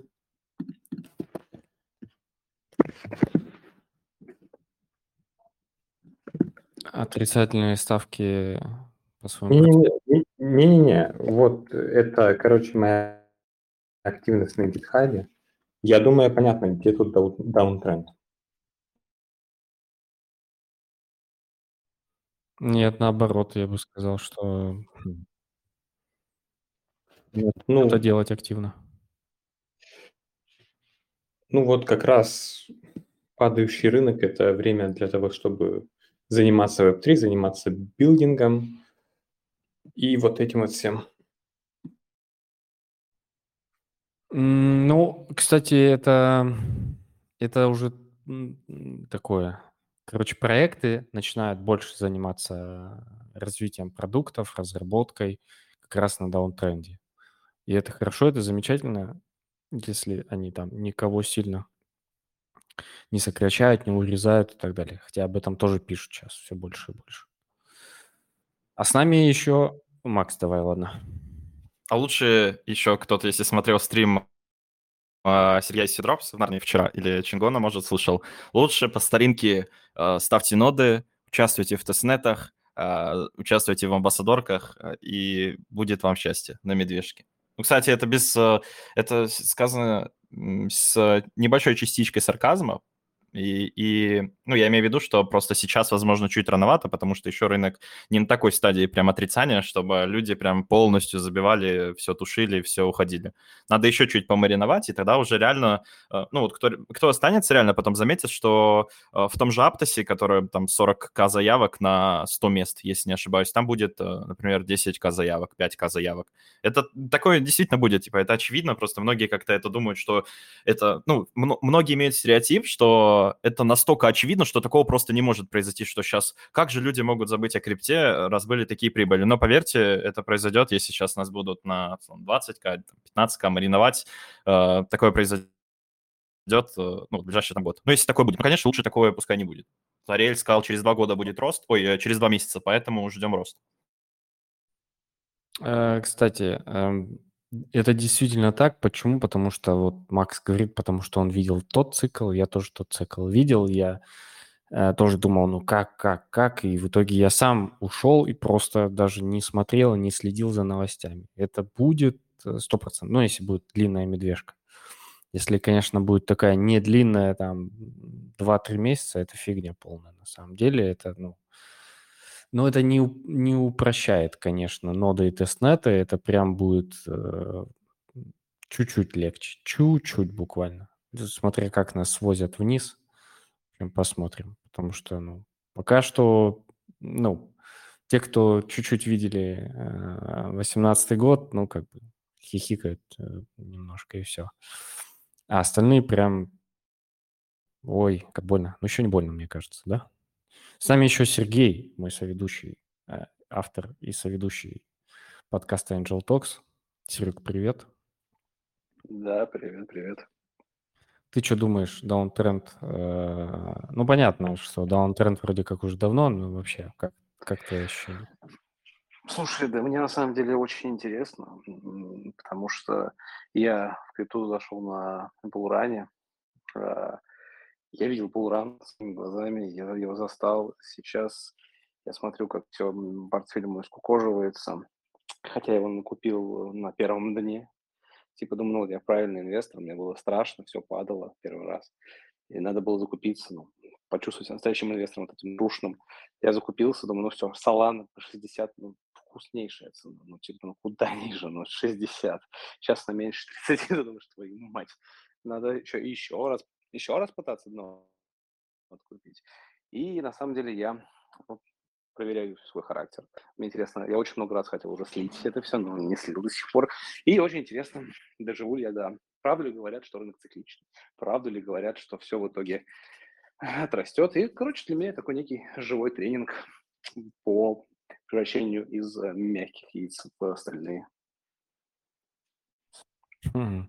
Отрицательные ставки по своему...
Не-не-не, вот это, короче, моя активность на GitHub. Я думаю, понятно, где тут даунтренд.
Нет, наоборот, я бы сказал, что
Нет,
что-то делать активно.
Ну вот как раз падающий рынок – это время для того, чтобы заниматься Web3, заниматься билдингом и вот этим вот всем.
Ну, кстати, это уже такое. Короче, проекты начинают больше заниматься развитием продуктов, разработкой как раз на даунтренде. И это хорошо, это замечательно, если они там никого сильно не сокращают, не урезают и так далее. Хотя об этом тоже пишут сейчас все больше и больше. А с нами еще... Макс, давай, ладно.
А лучше еще кто-то, если смотрел стрим Сергея Сидоровца в Нарнии вчера, или Чингона, может, слышал, лучше по старинке ставьте ноды, участвуйте в тестнетах, участвуйте в амбассадорках, и будет вам счастье на медвежке. Ну, кстати, это сказано с небольшой частичкой сарказма, Ну, я имею в виду, что просто сейчас, возможно, чуть рановато, потому что еще рынок не на такой стадии прям отрицания, чтобы люди прям полностью забивали, все тушили, все уходили. Надо еще чуть помариновать, и тогда уже реально, ну, вот кто останется, реально потом заметит, что в том же Аптосе, который там 40к заявок на 100 мест, если не ошибаюсь, там будет, например, 10к заявок, 5к заявок. Это такое действительно будет, типа, это очевидно, просто многие как-то это думают, что это, ну, многие имеют стереотип, что это настолько очевидно, что такого просто не может произойти, что сейчас, как же люди могут забыть о крипте, раз были такие прибыли. Но поверьте, это произойдет, если сейчас нас будут на 20к, 15к мариновать, такое произойдет, ну, в ближайший там год. Ну, если такое будет. Ну, конечно, лучше такое пускай не будет. Ариэль сказал, через 2 года будет рост, через 2 месяца, поэтому ждем рост.
Кстати, это действительно так. Почему? Потому что вот Макс говорит, потому что он видел тот цикл, я тоже тот цикл видел, я тоже думал, ну как, и в итоге я сам ушел и просто даже не смотрел, не следил за новостями. Это будет 100%, ну, если будет длинная медвежка. Если, конечно, будет такая не длинная, там, 2-3 месяца, это фигня полная на самом деле. Это, ну, но это не упрощает, конечно, ноды и тестнеты. Это прям будет чуть-чуть легче. Чуть-чуть буквально. Смотря как нас свозят вниз, прям посмотрим. Потому что, ну, пока что, ну, те, кто чуть-чуть видели 18-й год, ну, как бы хихикают немножко и все. А остальные прям, ой, как больно. Ну, еще не больно, мне кажется, да? С нами еще Сергей, мой соведущий, автор и соведущий подкаста Angel Talks. Серег, привет.
Да, привет.
Ты что думаешь, даунтренд? Ну, понятно, что даунтренд вроде как уже давно, но вообще, как твои ощущения?
Слушай, да мне на самом деле очень интересно, потому что я в крипту зашел на булране. Я видел булран своими глазами, я его застал. Сейчас я смотрю, как все портфель мой скукоживается, хотя я его накупил на первом дне. Типа думал, вот я правильный инвестор, мне было страшно, все падало первый раз. И надо было закупиться, ну, почувствовать себя настоящим инвестором, вот этим душным. Я закупился, думаю, ну все, Solana по 60, ну, вкуснейшая цена, ну, типа, ну, куда ниже, ну, 60. Сейчас на меньше 30, думаю, что твою мать. Надо еще раз пытаться дно откупить. И на самом деле я вот проверяю свой характер. Мне интересно, я очень много раз хотел уже слить это все, но не слил до сих пор. И очень интересно, доживу ли я до... Правда ли говорят, что рынок цикличный? Правда ли говорят, что все в итоге отрастет? И, короче, для меня это такой некий живой тренинг по превращению из мягких яиц в стальные.
Мгм.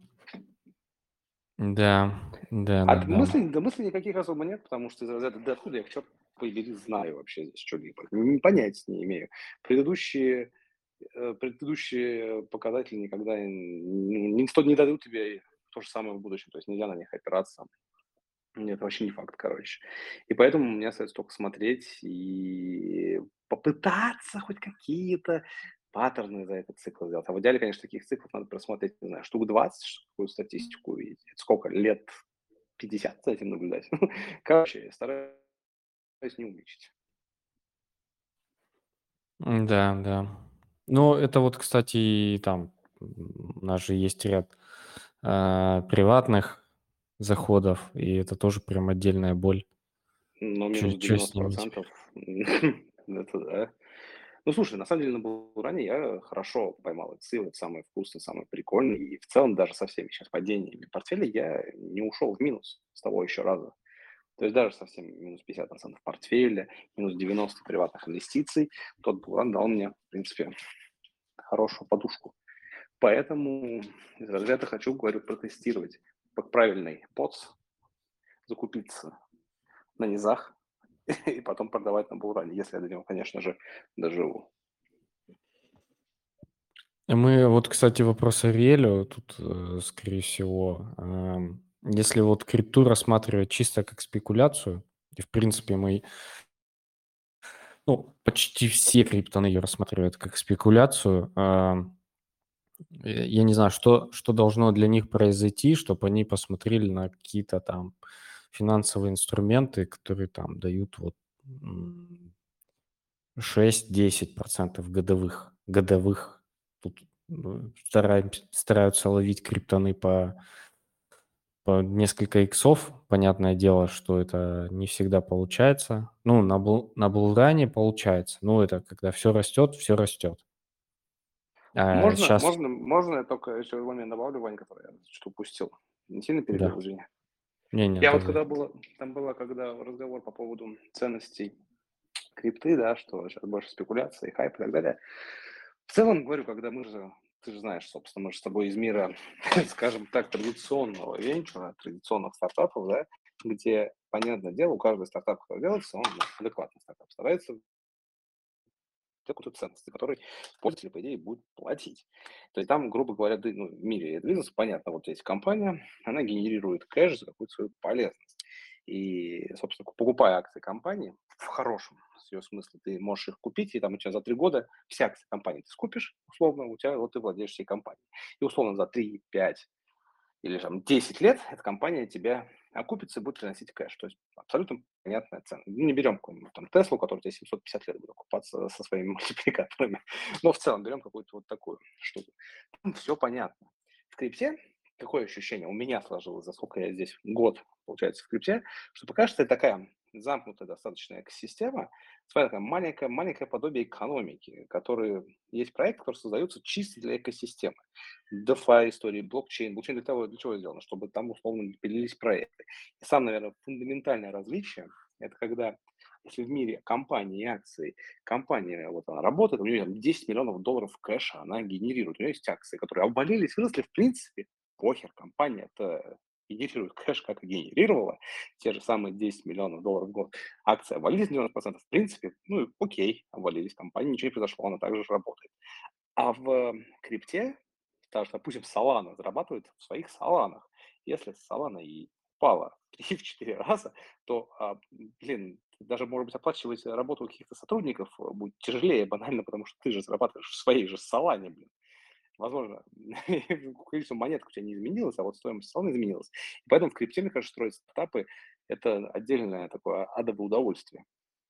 Да.
Мыслей никаких особо нет, потому что из разряда, да откуда я, черт побери, знаю вообще здесь что-либо. Понятия не имею. Предыдущие показатели никогда не дадут тебе то же самое в будущем. То есть нельзя на них опираться. Нет, это вообще не факт, короче. И поэтому мне остается только смотреть и попытаться хоть какие-то паттерны за этот цикл сделать. А в идеале, конечно, таких циклов надо просмотреть, не знаю, штук 20, чтобы такую статистику увидеть. Это сколько? Лет 50 за этим наблюдать. Короче, я стараюсь не умничать.
Да. Ну, это вот, кстати, и там у нас же есть ряд приватных заходов, и это тоже прям отдельная боль.
Но минус
Чё с ними
90%. Это да. Ну, слушай, на самом деле на Булране я хорошо поймал иксы, вот самые вкусные, самые прикольные. И в целом даже со всеми сейчас падениями портфеля я не ушел в минус с того еще раза. То есть даже совсем минус 50% портфеля, минус 90 приватных инвестиций, тот Булран дал мне, в принципе, хорошую подушку. Поэтому из разряда говорю, протестировать как правильный ПОЦ, закупиться на низах и потом продавать на Булране, если я до него, конечно же, доживу.
Мы вот, кстати, вопрос Ариэлю тут, скорее всего. Если вот крипту рассматривать чисто как спекуляцию, и, в принципе, ну, почти все криптоны ее рассматривают как спекуляцию, я не знаю, что должно для них произойти, чтобы они посмотрели на какие-то там финансовые инструменты, которые там дают вот 6-10% годовых. Тут стараются ловить криптоны по несколько иксов. Понятное дело, что это не всегда получается. Ну, на Булране получается. Ну, это когда все растет, все растет.
Можно,
Сейчас,
можно я только еще момент добавлю, Вань, который я что упустил? Не сильно перебил,
да.
извини.
Не-не,
Я вот
давай.
когда разговор по поводу ценностей крипты, да, что сейчас больше спекуляций, хайп и так далее. В целом, говорю, когда ты же знаешь, собственно, мы же с тобой из мира, скажем так, традиционного венчура, традиционных стартапов, да, где, понятное дело, у каждого стартапа, который делается, он адекватный стартап, старается какую-то ценность, за которой пользователь, по идее, будет платить. То есть там, грубо говоря, в мире бизнеса, понятно, вот есть компания, она генерирует кэш за какую-то свою полезность. И, собственно, покупая акции компании, в хорошем ее смысле, ты можешь их купить, и там у тебя за 3 года все акции компании ты скупишь, условно, у тебя вот ты владеешь всей компанией. И, условно, за 3, 5 или там 10 лет эта компания тебя окупится и будет приносить кэш. То есть абсолютно понятная цена. Не берем какую-нибудь там Теслу, которая тебе 750 лет будет окупаться со своими мультипликаторами. Но в целом берем какую-то вот такую штуку. Все понятно. В крипте какое ощущение у меня сложилось, за сколько я здесь год, получается, в крипте, что пока что это такая замкнутая достаточно экосистема, своя такая маленькое подобие экономики, которые есть проекты, которые создаются чисто для экосистемы. DeFi истории, блокчейн. Блокчейн для чего сделано? Чтобы там, условно, пилились проекты. И самое, наверное, фундаментальное различие, это когда, если в мире компании и акции, компания, вот она работает, у нее там 10 миллионов долларов кэша она генерирует, у нее есть акции, которые обвалились, выросли, в принципе, похер, компания-то генерирует кэш, как и генерировала, те же самые 10 миллионов долларов в год. Акции обвалились 90%, в принципе, ну, окей, обвалились компании, ничего не произошло, она также же работает. А в крипте, потому что, допустим, Solana зарабатывает в своих Соланах. Если Solana и упала в 3-4 раза, то, даже, может быть, оплачивать работу каких-то сотрудников будет тяжелее банально, потому что ты же зарабатываешь в своей же Солане, блин. Возможно, количество монеток у тебя не изменилось, а вот стоимость Solana изменилась. И поэтому в крипте, мне кажется, строить стартапы– это отдельное такое адовое удовольствие.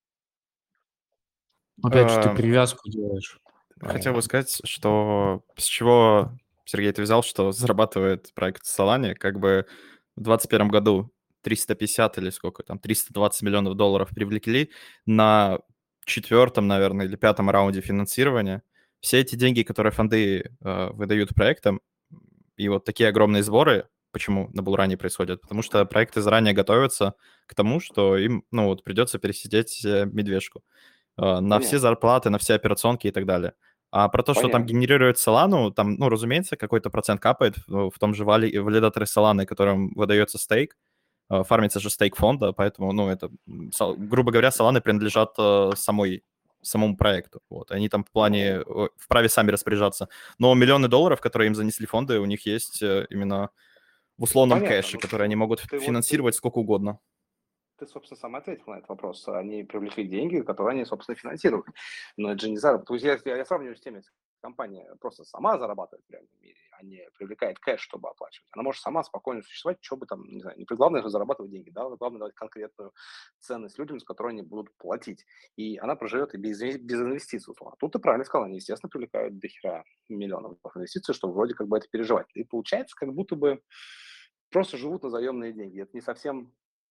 Опять же, ты
Э,
привязку делаешь.
Хотел бы сказать, что с чего, Сергей, ты взял, что зарабатывает проект в Solana, как бы в 2021 году 350 или сколько там, 320 миллионов долларов привлекли на четвертом, наверное, или пятом раунде финансирования. Все эти деньги, которые фонды выдают проектам, и вот такие огромные сборы, почему на Булране происходят? Потому что проекты заранее готовятся к тому, что им, ну вот, придется пересидеть медвежку на все
Понятно.
зарплаты, на все операционки и так далее. А про то, что там
Понятно.
генерирует Solana, там, ну, разумеется, какой-то процент капает в том же валидаторе Solana, которым выдается стейк. Фармится же стейк фонда, поэтому, ну, это, грубо говоря, Solana принадлежат самому проекту. Вот. Они там в плане вправе сами распоряжаться. Но миллионы долларов, которые им занесли фонды, у них есть именно в условном
Понятно.
кэше,
Ну,
который они могут финансировать сколько угодно.
Ты, собственно, сам ответил на этот вопрос. Они привлекли деньги, которые они, собственно, финансируют. Но это же не заработок. То есть я сравниваю с теми, компания просто сама зарабатывает в реальном мире, а не привлекает кэш, чтобы оплачивать. Она может сама спокойно существовать, что бы там, не знаю, не главное же зарабатывать деньги, да, главное давать конкретную ценность людям, с которой они будут платить. И она проживет и без инвестиций, условно. Тут ты правильно сказал, они, естественно, привлекают до хера миллионов инвестиций, чтобы вроде как бы это переживать. И получается, как будто бы просто живут на заемные деньги. Это не совсем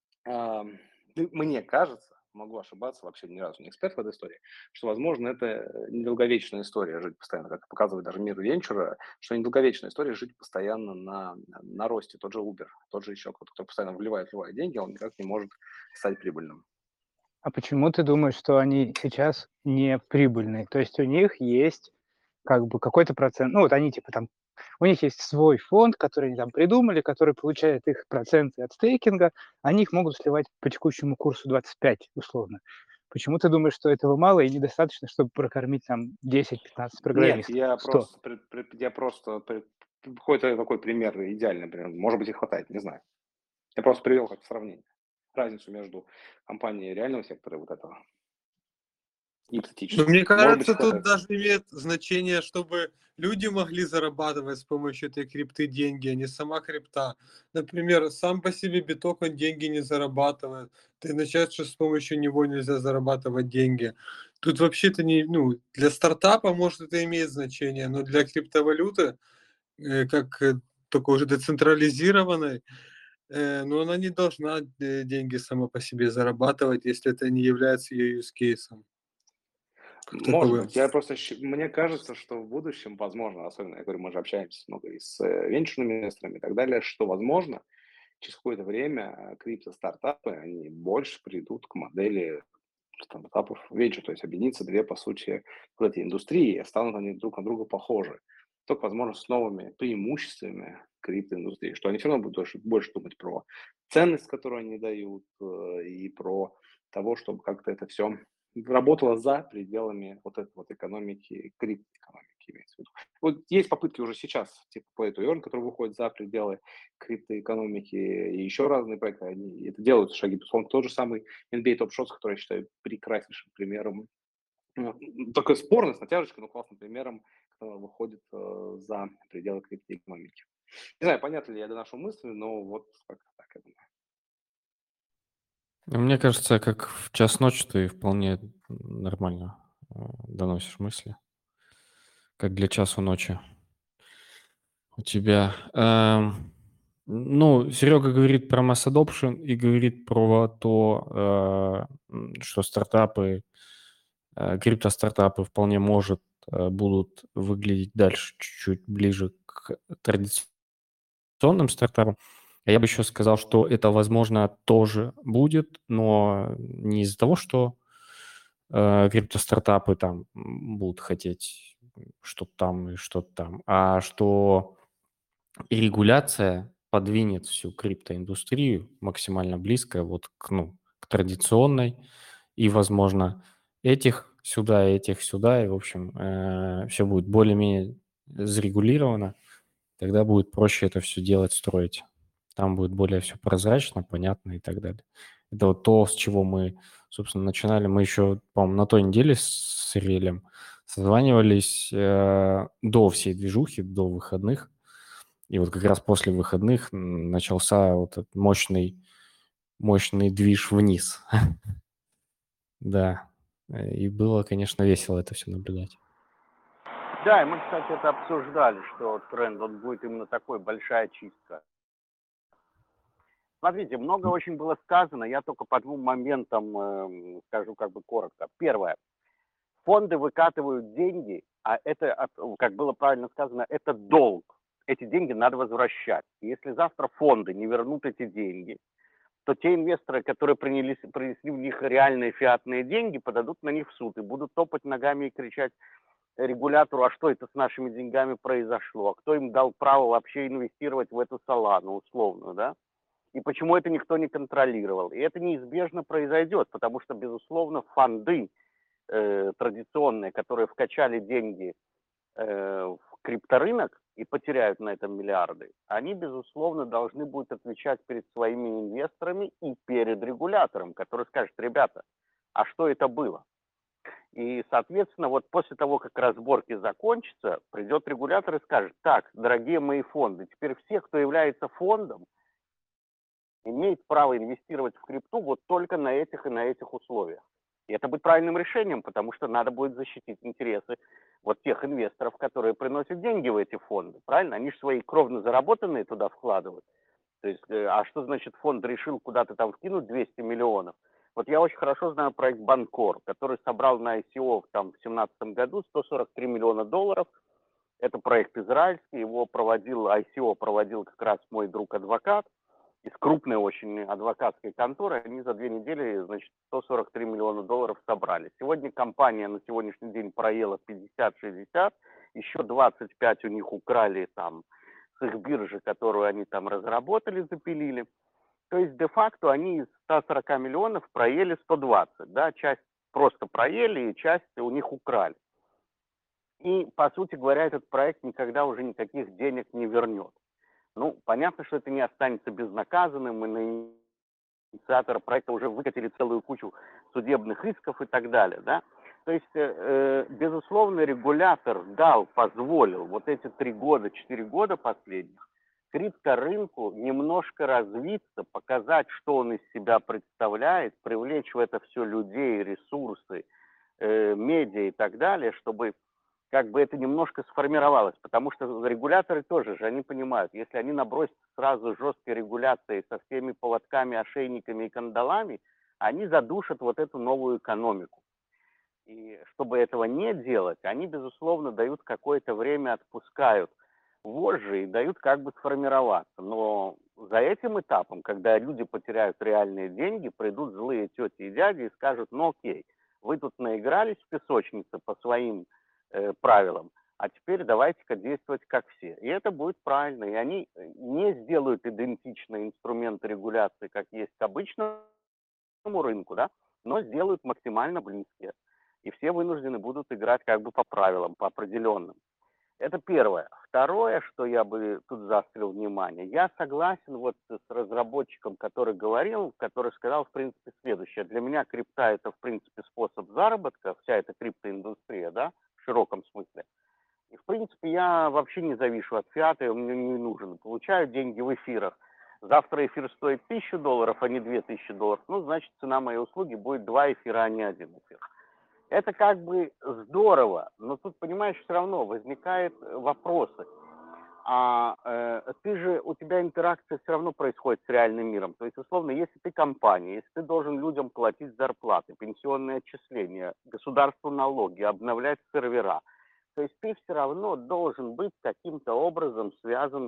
мне кажется, могу ошибаться, вообще ни разу не эксперт в этой истории, что, возможно, это недолговечная история жить постоянно, как показывает даже мир венчура, что недолговечная история жить постоянно на росте. Тот же Uber, тот же еще кто-то, кто постоянно вливает деньги, он никак не может стать прибыльным.
А почему ты думаешь, что они сейчас не прибыльные? То есть у них есть как бы какой-то процент, ну вот они типа там, у них есть свой фонд, который они там придумали, который получает их проценты от стейкинга, они их могут сливать по текущему курсу 25 условно. Почему ты думаешь, что этого мало и недостаточно, чтобы прокормить там 10-15
Нет,
программистов? 100.
Какой-то такой пример идеальный, например, может быть, и хватает, не знаю. Я просто привел как сравнение разницу между компанией реального сектора и вот этого.
Ну,
гипотетически.
мне
Может быть,
кажется, тут
что-то...
даже имеет значение, чтобы люди могли зарабатывать с помощью этой крипты деньги, а не сама крипта. Например, сам по себе биток, он деньги не зарабатывает. Ты начинаешь, что с помощью него нельзя зарабатывать деньги. Тут вообще-то не, ну, для стартапа, может, это имеет значение, но для криптовалюты, как такой уже децентрализированной, ну, она не должна деньги сама по себе зарабатывать, если это не является ее use кейсом как
Может
таковым.
быть. Я просто мне кажется, что в будущем, возможно, особенно, я говорю, мы же общаемся много и с венчурными инвесторами и так далее, что, возможно, через какое-то время крипто-стартапы, они больше придут к модели стартапов венчур, то есть объединиться две, по сути, вот эти индустрии, и станут они друг на друга похожи. Только, возможно, с новыми преимуществами криптоиндустрии, что они все равно будут больше думать про ценность, которую они дают, и про того, чтобы как-то это все работало за пределами вот этой вот экономики, криптоэкономики имеется в виду. Вот есть попытки уже сейчас, типа Play to Earn, который выходит за пределы криптоэкономики, и еще разные проекты, они это делают шаги, безусловно, тот же самый NBA Top Shots, который я считаю прекраснейшим примером, ну, такой спорный, с натяжечкой, но классным примером, который выходит за пределы криптоэкономики. Не знаю, понятно ли я доношу мысли, но вот как-то так, я думаю.
Мне кажется, как в час ночи ты вполне нормально доносишь мысли, как для часу ночи у тебя. Ну, Серега говорит про mass adoption и говорит про то, что стартапы, криптостартапы вполне может будут выглядеть дальше чуть-чуть ближе к традиционным стартапам. А я бы еще сказал, что это, возможно, тоже будет, но не из-за того, что криптостартапы там будут хотеть что-то там и что-то там, а что регуляция подвинет всю криптоиндустрию максимально близко вот к, ну, к традиционной, и, возможно, этих сюда, и, в общем, все будет более-менее зарегулировано, тогда будет проще это все делать, строить. Там будет более все прозрачно, понятно и так далее. Это вот то, с чего мы, собственно, начинали. Мы еще, по-моему, на той неделе с Риэлем созванивались до всей движухи, до выходных. И вот как раз после выходных начался вот этот мощный движ вниз. Да. И было, конечно, весело это все наблюдать.
Да, и мы, кстати, это обсуждали, что тренд, он будет именно такой, большая чистка. Смотрите, много очень было сказано, я только по двум моментам скажу как бы коротко. Первое. Фонды выкатывают деньги, а это, как было правильно сказано, это долг. Эти деньги надо возвращать. Если завтра фонды не вернут эти деньги, то те инвесторы, которые принесли в них реальные фиатные деньги, подадут на них в суд и будут топать ногами и кричать регулятору, а что это с нашими деньгами произошло, а кто им дал право вообще инвестировать в эту Солану условную, да? И почему это никто не контролировал. И это неизбежно произойдет, потому что, безусловно, фонды традиционные, которые вкачали деньги в крипторынок и потеряют на этом миллиарды, они, безусловно, должны будут отвечать перед своими инвесторами и перед регулятором, который скажет, ребята, а что это было? И, соответственно, вот после того, как разборки закончатся, придет регулятор и скажет, так, дорогие мои фонды, теперь все, кто является фондом, имеет право инвестировать в крипту вот только на этих и на этих условиях. И это будет правильным решением, потому что надо будет защитить интересы вот тех инвесторов, которые приносят деньги в эти фонды, правильно? Они же свои кровно заработанные туда вкладывают. То есть, а что значит фонд решил куда-то там вкинуть 200 миллионов? Вот я очень хорошо знаю проект Банкор, который собрал на ICO там, в 2017 году 143 миллиона долларов. Это проект израильский, его проводил, ICO проводил как раз мой друг-адвокат из крупной очень адвокатской конторы. Они за 2 недели, значит, 143 миллиона долларов собрали. Сегодня компания на сегодняшний день проела 50-60, еще 25 у них украли там с их биржи, которую они там разработали, запилили. То есть де-факто они из 140 миллионов проели 120, да, часть просто проели, и часть у них украли. И, по сути говоря, этот проект никогда уже никаких денег не вернет. Ну, понятно, что это не останется безнаказанным, и на инициатора проекта уже выкатили целую кучу судебных исков и так далее, да. То есть, безусловно, регулятор позволил вот эти 3 года, 4 года последних крипторынку немножко развиться, показать, что он из себя представляет, привлечь в это все людей, ресурсы, медиа и так далее, чтобы как бы это немножко сформировалось, потому что регуляторы тоже же, они понимают, если они набросят сразу жесткие регуляции со всеми поводками, ошейниками и кандалами, они задушат вот эту новую экономику. И чтобы этого не делать, они, безусловно, дают какое-то время, отпускают вожжи и дают как бы сформироваться. Но за этим этапом, когда люди потеряют реальные деньги, придут злые тети и дяди и скажут, ну окей, вы тут наигрались в песочнице по своим правилам, а теперь давайте-ка действовать как все. И это будет правильно. И они не сделают идентичные инструменты регуляции, как есть к обычному рынку, да, но сделают максимально близкие. И все вынуждены будут играть как бы по правилам, по определенным. Это первое. Второе, что я бы тут заострил внимание, я согласен вот с разработчиком, который говорил, который сказал, в принципе, следующее. Для меня крипта это, в принципе, способ заработка, вся эта криптоиндустрия, да, в широком смысле. И, в принципе, я вообще не завишу от фиата, он мне не нужен. Получаю деньги в эфирах. Завтра эфир стоит $1000, а не $2000. Ну, значит, цена моей услуги будет 2 эфира, а не 1 эфир. Это как бы здорово, но тут, понимаешь, все равно возникают вопросы. У тебя интеракция все равно происходит с реальным миром. То есть, условно, если ты компания, если ты должен людям платить зарплаты, пенсионные отчисления, государству налоги, обновлять сервера, то есть ты все равно должен быть каким-то образом связан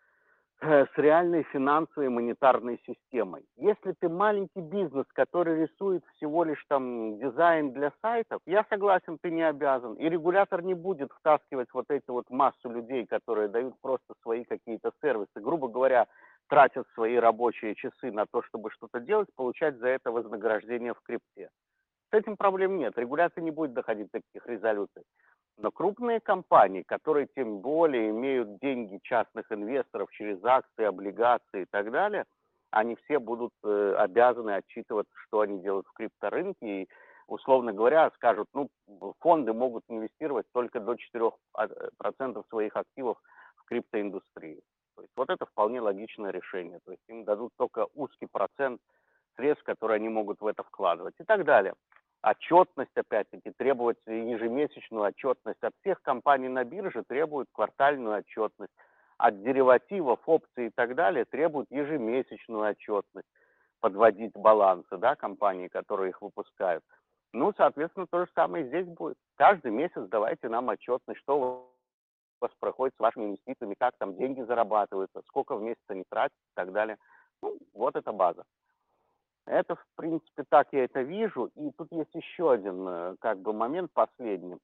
с реальной финансовой монетарной системой. Если ты маленький бизнес, который рисует всего лишь там дизайн для сайтов, я согласен, ты не обязан. И регулятор не будет втаскивать вот эти вот массу людей, которые дают просто свои какие-то сервисы, грубо говоря, тратят свои рабочие часы на то, чтобы что-то делать, получать за это вознаграждение в крипте. С этим проблем нет. Регуляция не будет доходить до таких резолюций. Но крупные компании, которые тем более имеют деньги частных инвесторов через акции, облигации и так далее, они все будут обязаны отчитываться, что они делают в крипторынке. И, условно говоря, скажут, ну, фонды могут инвестировать только до 4% своих активов в криптоиндустрии. То есть вот это вполне логичное решение. То есть им дадут только узкий процент средств, которые они могут в это вкладывать и так далее. Отчетность, опять-таки, требовать ежемесячную отчетность от всех компаний на бирже, требует квартальную отчетность. От деривативов, опций и так далее требуют ежемесячную отчетность, подводить балансы, да, компаний, которые их выпускают. Ну, соответственно, то же самое и здесь будет. Каждый месяц давайте нам отчетность, что у вас проходит с вашими инвестициями, как там деньги зарабатываются, сколько в месяц они тратят и так далее. Ну, вот эта база. Это, в принципе, так я это вижу. И тут есть еще один как бы момент последний.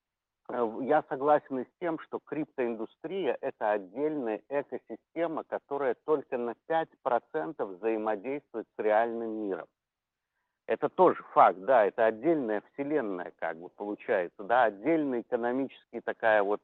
Я согласен и с тем, что криптоиндустрия – это отдельная экосистема, которая только на 5% взаимодействует с реальным миром. Это тоже факт, да, это отдельная вселенная, как бы получается, да, отдельное экономическое такая вот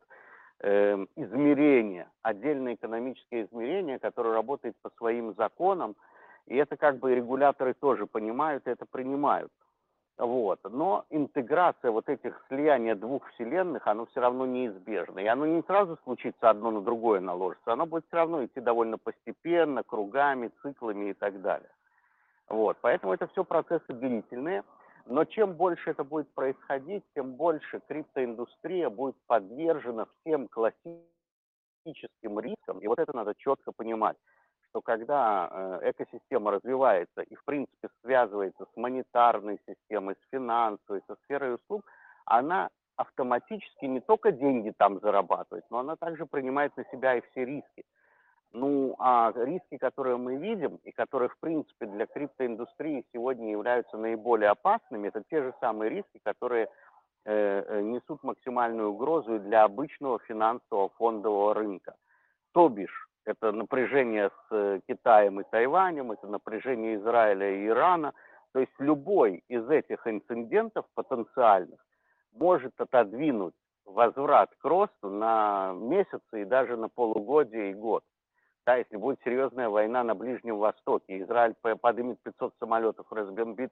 измерение, отдельное экономическое измерение, которое работает по своим законам, и это как бы регуляторы тоже понимают и это принимают. Вот. Но интеграция вот этих слияния двух вселенных, оно все равно неизбежно. И оно не сразу случится одно на другое наложится, оно будет все равно идти довольно постепенно, кругами, циклами и так далее. Вот. Поэтому это все процессы длительные. Но чем больше это будет происходить, тем больше криптоиндустрия будет подвержена всем классическим рискам. И вот это надо четко понимать, что когда экосистема развивается и, в принципе, связывается с монетарной системой, с финансовой, со сферой услуг, она автоматически не только деньги там зарабатывает, но она также принимает на себя и все риски. Ну, а риски, которые мы видим, и которые, в принципе, для криптоиндустрии сегодня являются наиболее опасными, это те же самые риски, которые несут максимальную угрозу и для обычного финансового фондового рынка. То бишь, это напряжение с Китаем и Тайванем, это напряжение Израиля и Ирана. То есть любой из этих инцидентов потенциальных может отодвинуть возврат к росту на месяцы и даже на полугодие и год. Да, если будет серьезная война на Ближнем Востоке, Израиль поднимет 500 самолетов, разбомбит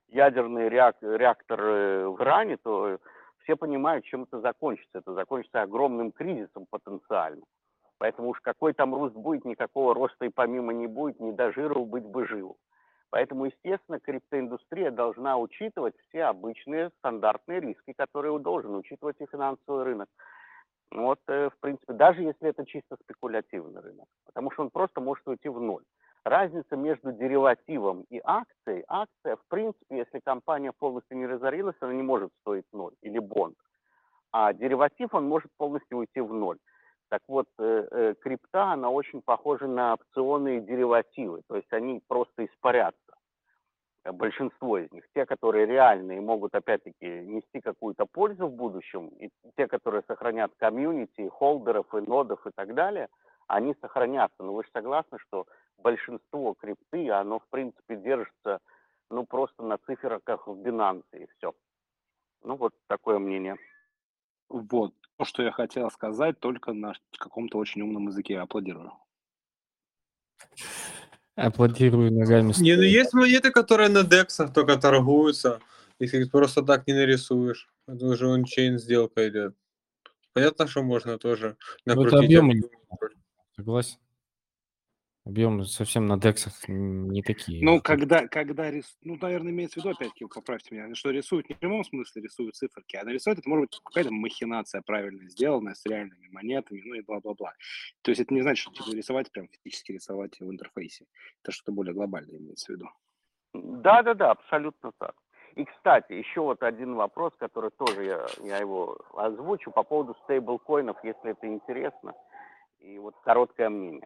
ядерный реактор в Иране, то все понимают, чем это закончится. Это закончится огромным кризисом потенциально. Поэтому уж какой там рост будет, никакого роста и помимо не будет, не дожировал, быть бы жил. Поэтому, естественно, криптоиндустрия должна учитывать все обычные стандартные риски, которые должен учитывать и финансовый рынок. Вот, в принципе, даже если это чисто спекулятивный рынок, потому что он просто может уйти в ноль. Разница между деривативом и акцией, акция, в принципе, если компания полностью не разорилась, она не может стоить ноль, или бонд. А дериватив, он может полностью уйти в ноль. Так вот, крипта, она очень похожа на опционные деривативы, то есть они просто испарятся, большинство из них. Те, которые реальные, могут опять-таки нести какую-то пользу в будущем, и те, которые сохранят комьюнити, холдеров и нодов и так далее, они сохранятся. Но вы же согласны, что большинство крипты, оно в принципе держится, ну, просто на циферках в Binance и все. Ну, вот такое мнение.
Вот. То, что я хотел сказать, только на каком-то очень умном языке. Аплодирую.
Аплодирую ногами.
Не, ну есть монеты, которые на дексах только торгуются. Их просто так не нарисуешь. Это уже ончейн сделка идет. Понятно, что можно тоже
Ну, это
накрутить.
объемы, согласен. Объемы совсем на дексах не такие.
Ну, когда ну, наверное, имеется в виду, опять-таки, поправьте меня, что рисуют не в прямом смысле, рисуют циферки, а нарисуют, это может быть какая-то махинация правильно сделанная с реальными монетами, ну и бла-бла-бла. То есть это не значит, что рисовать, прям физически рисовать в интерфейсе. Это что-то более глобальное имеется в виду.
Да, абсолютно так. И, кстати, еще вот один вопрос, который тоже я его озвучу по поводу стейблкоинов, если это интересно. И вот короткое мнение.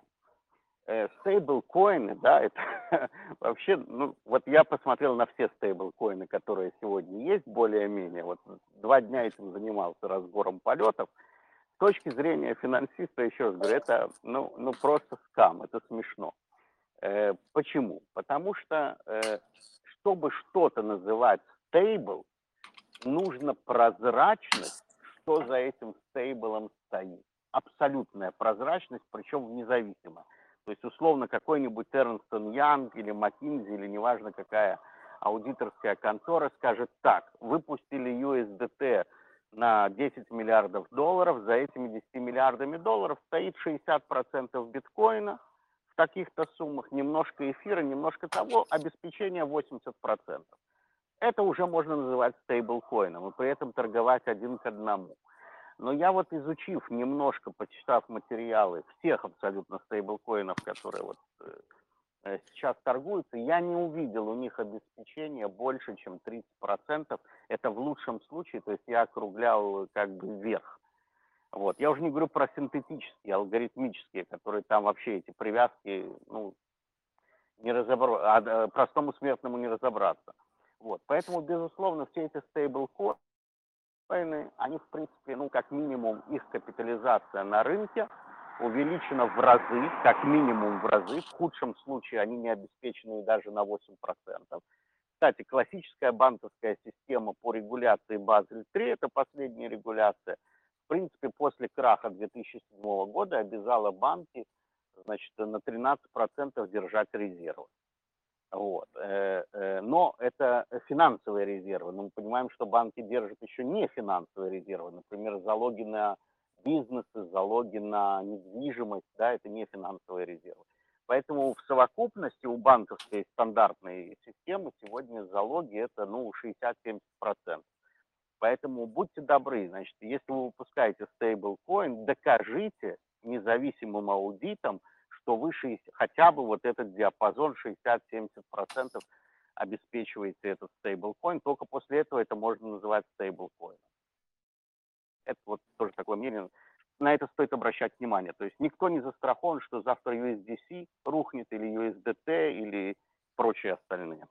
Стейблкоины, да, это вообще, ну, вот я посмотрел на все стейблкоины, которые сегодня есть, более-менее, вот 2 дня этим занимался, разбором полетов. С точки зрения финансиста, еще раз говорю, это, ну просто скам, это смешно. Почему? Потому что, чтобы что-то называть стейбл, нужно прозрачность, что за этим стейблом стоит. Абсолютная прозрачность, причем независимо. То есть, условно, какой-нибудь Эрнст энд Янг или Маккинзи, или неважно какая аудиторская контора скажет так, выпустили USDT на 10 миллиардов долларов, за этими 10 миллиардами долларов стоит 60% биткоина в таких-то суммах, немножко эфира, немножко того, обеспечение 80%. Это уже можно называть стейблкоином, и при этом торговать 1 к 1. Но я вот, изучив немножко, почитав материалы всех абсолютно стейблкоинов, которые вот сейчас торгуются, я не увидел у них обеспечения больше, чем 30%. Это в лучшем случае, то есть я округлял как бы вверх. Вот. Я уже не говорю про синтетические, алгоритмические, которые там вообще эти привязки, ну, не разобраться, простому смертному не разобраться. Вот. Поэтому, безусловно, все эти стейблкоины, они, в принципе, ну, как минимум, их капитализация на рынке увеличена в разы, как минимум в разы. В худшем случае они не обеспечены даже на 8%. Кстати, классическая банковская система по регуляции Базель-3, это последняя регуляция, в принципе, после краха 2007 года обязала банки, значит, на 13% держать резервы. Вот. Но это финансовые резервы. Но мы понимаем, что банки держат еще не финансовые резервы. Например, залоги на бизнесы, залоги на недвижимость, да, это не финансовые резервы. Поэтому в совокупности у банковской стандартной системы сегодня залоги это, ну, 60-70%. Поэтому будьте добры, значит, если вы выпускаете стейблкоин, докажите независимым аудитом, что вы хотя бы вот этот диапазон 60-70% обеспечиваете этот стейблкоин, только после этого это можно называть стейблкоином. Это вот тоже такое мнение. На это стоит обращать внимание. То есть никто не застрахован, что завтра USDC рухнет или USDT или прочие остальные.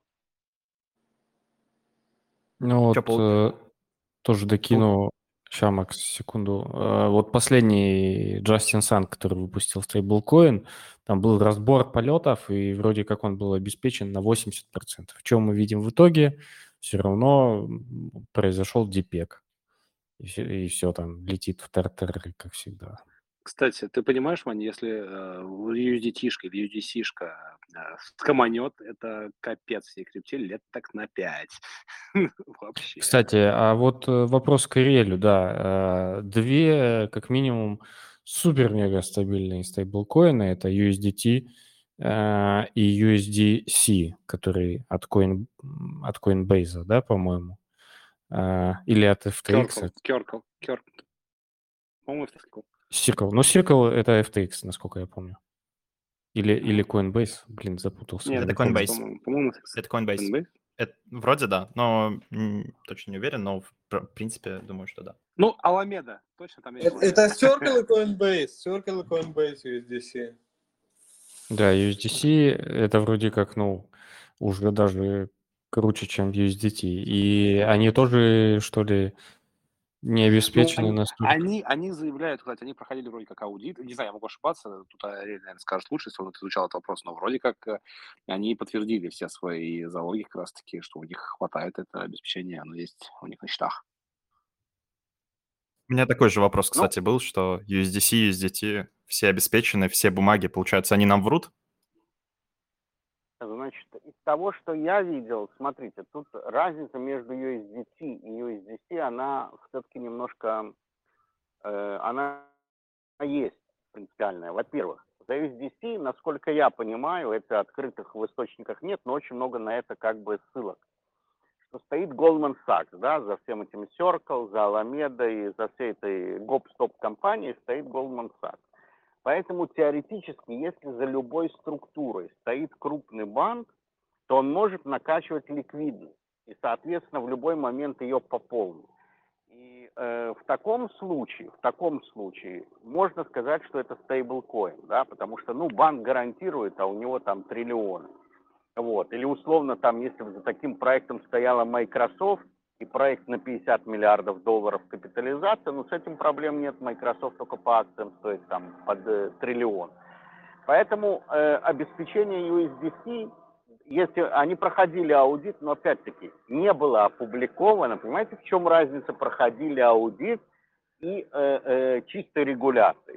Ну
Чё,
вот, тоже докину, ща, Макс, секунду. Вот последний Джастин Сан, который выпустил стейблкоин, там был разбор полетов, и вроде как он был обеспечен на 80%. В чем мы видим в итоге? Все равно произошел дипек. И все там летит в тартары, как всегда.
Кстати, ты понимаешь, Вань, если USDT-шка или USDC-шка скоманет, это капец всей крипте лет так на 5. Вообще.
Кстати, а вот вопрос к Ириэлю, да. Две, как минимум, супер-мега стабильные стейблкоины – это USDT и USDC, который от Coinbase, да, по-моему? Или от FTX.
Circle. По-моему, FTX.
Circle. Но Circle – это FTX, насколько я помню. Или Coinbase. Блин, запутался.
Нет,
уже
Это
не помню.
Coinbase.
По-моему, FTX.
Это Coinbase.
Coinbase?
Вроде да, но точно не уверен, но в принципе думаю, что да.
Ну, Alameda. Точно там есть
Это
Alameda.
Circle и Coinbase. Circle и Coinbase USDC.
Да, USDC это вроде как, уже даже круче, чем USDT. И они тоже, что ли, не обеспечены настолько.
Они заявляют, кстати, они проходили вроде как аудит. Не знаю, я могу ошибаться, тут Ариэль, наверное, скажет лучше, если он изучал этот вопрос, но вроде как они подтвердили все свои залоги как раз-таки, что у них хватает это обеспечение, оно есть у них на счетах.
У меня такой же вопрос, кстати, был, что USDC, USDT, все обеспечены, все бумаги, получается, они нам врут?
Значит, из того, что я видел, смотрите, тут разница между USDT и USDC, она все-таки немножко, она есть принципиальная. Во-первых, за USDC, насколько я понимаю, это открытых в источниках нет, но очень много на это как бы ссылок. Что стоит Goldman Sachs, да, за всем этим Circle, за Alameda и за всей этой гоп-стоп компанией стоит Goldman Sachs. Поэтому теоретически, если за любой структурой стоит крупный банк, то он может накачивать ликвидность и, соответственно, в любой момент ее пополнить. И в таком случае можно сказать, что это стейблкоин, да, потому что, банк гарантирует, а у него там триллионы. Вот. Или условно там, если бы за таким проектом стояла Microsoft, и проект на 50 миллиардов долларов капитализация, с этим проблем нет, Microsoft только по акциям стоит там под триллион. Поэтому обеспечение USDC, если они проходили аудит, но опять-таки не было опубликовано, понимаете, в чем разница, проходили аудит и чистой регуляции.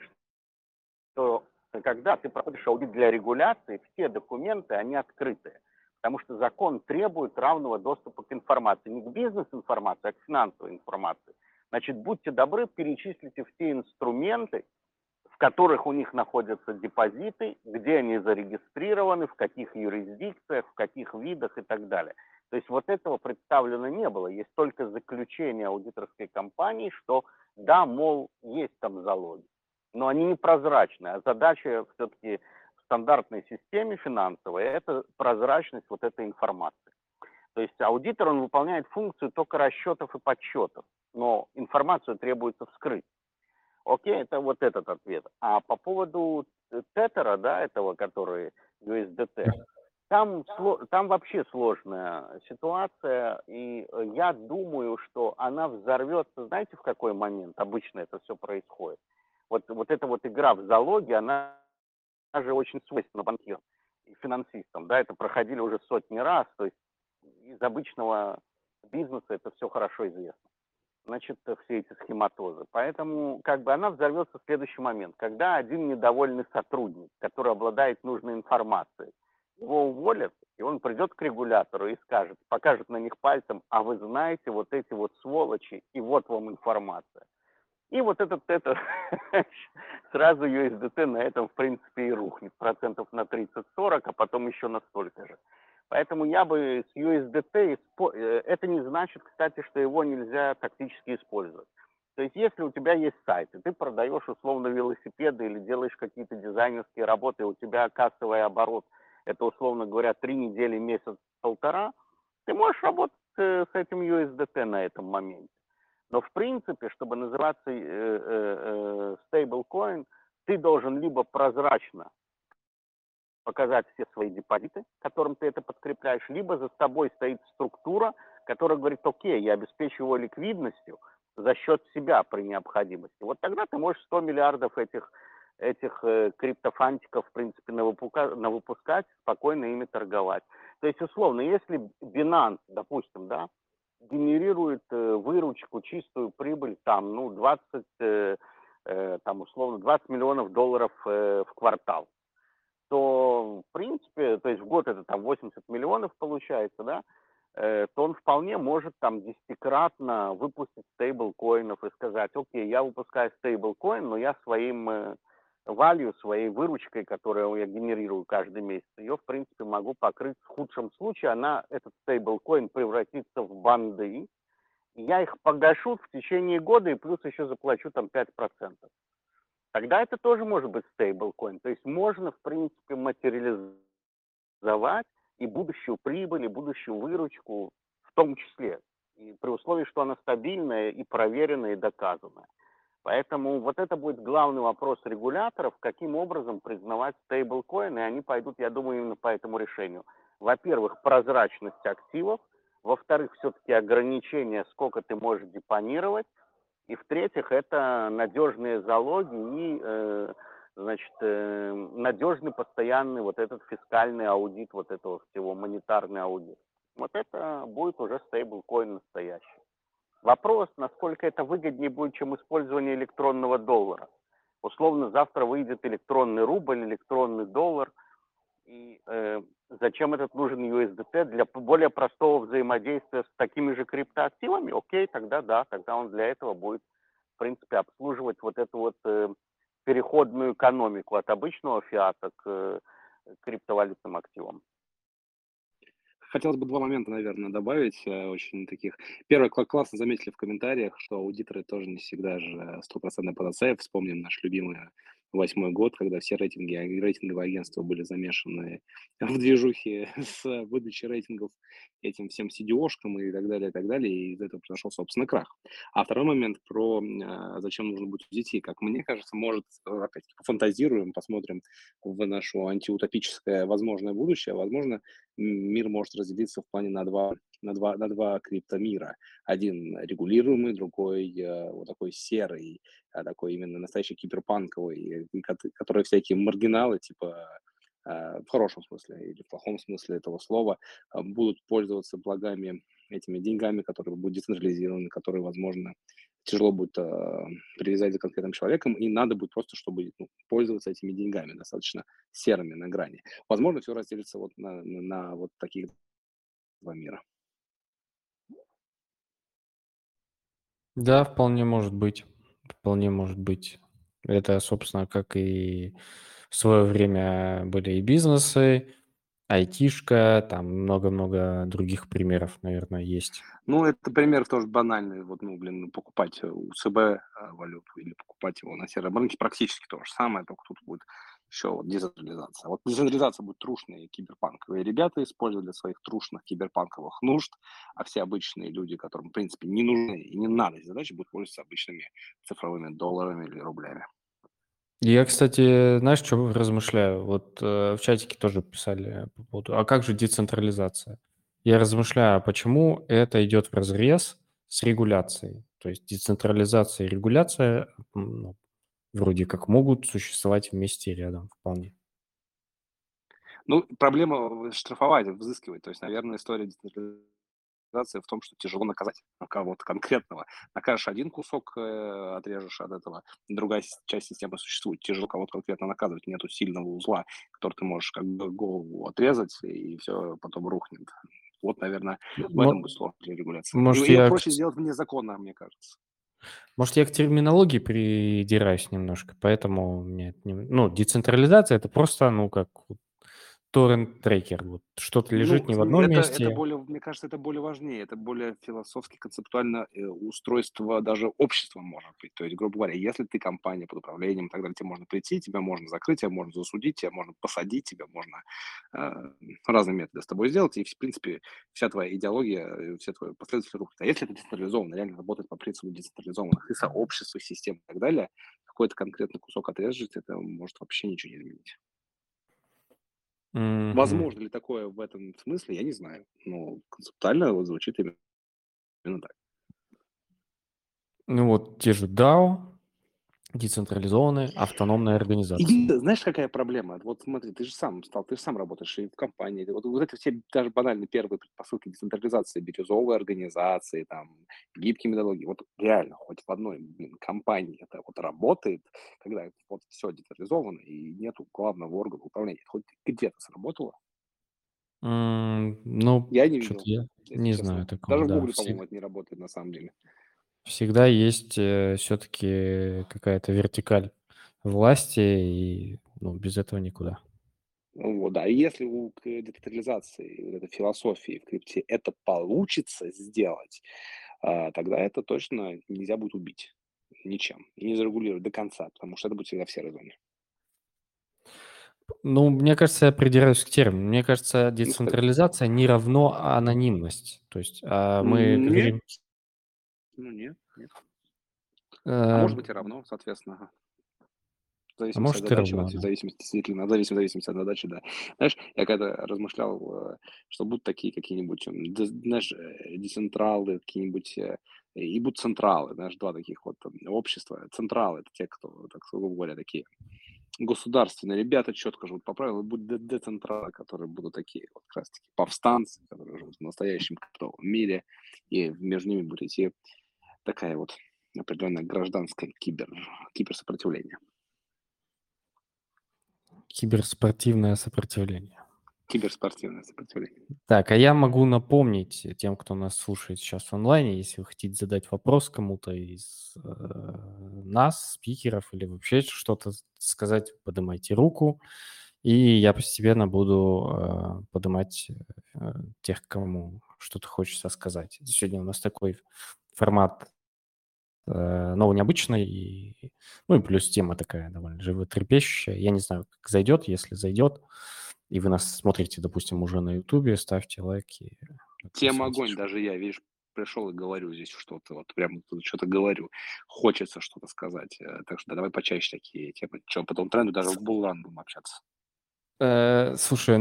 Что когда ты проходишь аудит для регуляции, все документы, они открытые. Потому что закон требует равного доступа к информации. Не к бизнес-информации, а к финансовой информации. Значит, будьте добры, перечислите все инструменты, в которых у них находятся депозиты, где они зарегистрированы, в каких юрисдикциях, в каких видах и так далее. То есть вот этого представлено не было. Есть только заключение аудиторской компании, что да, мол, есть там залоги. Но они непрозрачны. А задача все-таки в стандартной системе финансовой – это прозрачность вот этой информации. То есть аудитор, он выполняет функцию только расчетов и подсчетов, но информацию требуется вскрыть. Окей, это вот этот ответ. А по поводу тетера, да, этого, который USDT, там вообще сложная ситуация, и я думаю, что она взорвется, знаете, в какой момент обычно это все происходит? Вот эта вот игра в залоги, она же очень свойственна банкирам и финансистам, да, это проходили уже сотни раз, то есть из обычного бизнеса это все хорошо известно. Значит, все эти схематозы. Поэтому она взорвется в следующий момент, когда один недовольный сотрудник, который обладает нужной информацией, его уволят, и он придет к регулятору и скажет, покажет на них пальцем, а вы знаете вот эти вот сволочи, и вот вам информация. И вот это сразу USDT на этом, в принципе, и рухнет процентов на 30-40, а потом еще на столько же. Поэтому я бы с USDT, это не значит, кстати, что его нельзя тактически использовать. То есть если у тебя есть сайт, и ты продаешь условно велосипеды или делаешь какие-то дизайнерские работы, и у тебя кассовый оборот, это, условно говоря, 3 недели, месяц, полтора, ты можешь работать с этим USDT на этом моменте. Но в принципе, чтобы называться стейблкоин, ты должен либо прозрачно показать все свои депозиты, которым ты это подкрепляешь, либо за тобой стоит структура, которая говорит, окей, я обеспечу его ликвидностью за счет себя при необходимости. Вот тогда ты можешь 100 миллиардов этих криптофантиков, в принципе, навыпускать, спокойно ими торговать. То есть, условно, если Binance, допустим, да, генерирует выручку, чистую прибыль, там, 20 там условно 20 миллионов долларов в квартал, то в принципе, то есть в год это там 80 миллионов получается, да, то он вполне может там десятикратно выпустить стейблкоинов и сказать: окей, я выпускаю стейблкоин, но я своим value, своей выручкой, которую я генерирую каждый месяц, ее в принципе могу покрыть. В худшем случае этот стейблкоин превратится в банды, и я их погашу в течение года и плюс еще заплачу там 5%. Тогда это тоже может быть стейблкоин. То есть можно, в принципе, материализовать и будущую прибыль, и будущую выручку в том числе. И при условии, что она стабильная и проверенная, и доказанная. Поэтому вот это будет главный вопрос регуляторов, каким образом признавать стейблкоины, и они пойдут, я думаю, именно по этому решению. Во-первых, прозрачность активов, во-вторых, все-таки ограничение, сколько ты можешь депонировать, и в-третьих, это надежные залоги и, надежный постоянный вот этот фискальный аудит, вот этого всего, монетарный аудит. Вот это будет уже стейблкоин настоящий. Вопрос, насколько это выгоднее будет, чем использование электронного доллара. Условно, завтра выйдет электронный рубль, электронный доллар. И зачем этот нужен USDT? Для более простого взаимодействия с такими же криптоактивами? Окей, тогда да, тогда он для этого будет, в принципе, обслуживать вот эту вот переходную экономику от обычного фиата к криптовалютным активам.
Хотелось бы два момента, наверное, добавить, очень таких. Первое, классно заметили в комментариях, что аудиторы тоже не всегда же стопроцентная панацея. Вспомним наш любимый 2008 год, когда все рейтинговые агентства были замешаны в движухе с выдачей рейтингов этим всем CDO-шкам и так далее, и из этого произошел, собственно, крах. А второй момент про зачем нужно быть USDT. Как мне кажется, может, опять пофантазируем, посмотрим в нашу антиутопическое возможное будущее. Возможно, мир может разделиться в плане на два криптомира. Один регулируемый, другой вот такой серый, такой именно настоящий киберпанковый, который всякие маргиналы, типа в хорошем смысле или в плохом смысле этого слова, будут пользоваться благами, этими деньгами, которые будут децентрализированы, которые, возможно, тяжело будет привязать за конкретным человеком, и надо будет просто, чтобы пользоваться этими деньгами, достаточно серыми на грани. Возможно, все разделится вот на вот таких два мира.
Да, вполне может быть. Вполне может быть. Это, собственно, как и в свое время были и бизнесы, айтишка, там много-много других примеров, наверное, есть.
Ну, это пример тоже банальный. Вот, покупать у ЦБ валюту или покупать его на сером рынке практически то же самое, только тут будет еще вот децентрализация. Вот децентрализация будет трушные киберпанковые ребята использовать для своих трушных киберпанковых нужд, а все обычные люди, которым, в принципе, не нужны и не надо эти задачи, будут пользоваться обычными цифровыми долларами или рублями.
Я, кстати, знаешь, что размышляю? Вот в чатике тоже писали по поводу, а как же децентрализация? Я размышляю, а почему это идет вразрез с регуляцией? То есть децентрализация и регуляция вроде как могут существовать вместе и рядом вполне.
Ну, проблема штрафовать, взыскивать. То есть, наверное, история децентрализации в том, что тяжело наказать кого-то конкретного. Накажешь один кусок, отрежешь от этого, другая часть системы существует. Тяжело кого-то конкретно наказывать. Нету сильного узла, который ты можешь как бы голову отрезать, и все потом рухнет. Вот, наверное, в этом будет сложность для регуляции.
Может,
Ее
я
проще сделать вне закона, мне кажется.
Может, я к терминологии придираюсь немножко, поэтому мне децентрализация — это просто, как торрент-трекер. Вот что-то лежит не в одном
Это
месте.
более, мне кажется, это более важнее, это более философски, концептуально устройство даже общества может быть. То есть, грубо говоря, если ты компания под управлением и так далее, тебе можно прийти, тебя можно закрыть, тебя можно засудить, тебя можно посадить, тебя можно разные методы с тобой сделать, и, в принципе, вся твоя идеология, все твои последователи рухнут. А если это децентрализованно, реально работает по принципу децентрализованных и сообществ, и систем и так далее, какой-то конкретный кусок отрежешь, это может вообще ничего не изменить.
Мгм.
Возможно ли такое в этом смысле, я не знаю. Но концептуально вот звучит именно так.
Ну вот те же DAO, децентрализованная, автономная организация.
Знаешь, какая проблема? Вот смотри, ты же сам работаешь и в компании. Вот эти все даже банальные первые предпосылки децентрализации, бирюзовые организации, там, гибкие методологии. Вот реально, хоть в одной, компании это вот работает, когда вот все децентрализовано и нету главного органа управления. Хоть где-то сработало?
Ну,
Я не
что-то
видел,
я
если
не
честно.
знаю такого,
Даже в
да.
Гугле, по-моему, это не работает на самом деле.
Всегда есть все-таки какая-то вертикаль власти, и без этого никуда.
Вот, да. И если у децентрализации, вот этой философии в крипте это получится сделать, тогда это точно нельзя будет убить ничем и не зарегулировать до конца, потому что это будет всегда в серой зоне.
Ну, мне кажется, я придираюсь к термину. Мне кажется,
Ну, скажи.
децентрализация не равно анонимность. То есть мы
Нет,
говорим...
нет. А
э,
может быть и равно, соответственно. Ага. В
А
зависимости от
может и
задачи,
равно,
в
да.
зависимости действительно, в зависимости от задачи, да. Знаешь, я когда размышлял, что будут такие какие-нибудь, знаешь, децентралы, какие-нибудь, и будут централы, знаешь, два таких вот общества. Централы — это те, кто, так грубо говоря, такие государственные ребята, четко живут по правилам, и будут децентралы, которые будут такие вот как раз-таки повстанцы, которые живут в настоящем криптовом мире, и между ними будет идти такая вот определенная гражданское киберсопротивление.
Киберспортивное сопротивление.
Киберспортивное сопротивление.
Так, а я могу напомнить тем, кто нас слушает сейчас в онлайне, если вы хотите задать вопрос кому-то из нас, спикеров, или вообще что-то сказать, поднимайте руку, и я постепенно буду поднимать тех, кому что-то хочется сказать. Сегодня у нас такой формат новый, необычный, и плюс тема такая довольно животрепещущая. Я не знаю, как зайдет, если зайдет, и вы нас смотрите, допустим, уже на Ютубе, ставьте лайки,
Тема
подписывайтесь.
огонь, даже я, видишь, пришел и говорю здесь что-то, вот прям тут что-то говорю, хочется что-то сказать, так что давай почаще такие темы, что потом тренду даже в Булран будем общаться.
Слушай,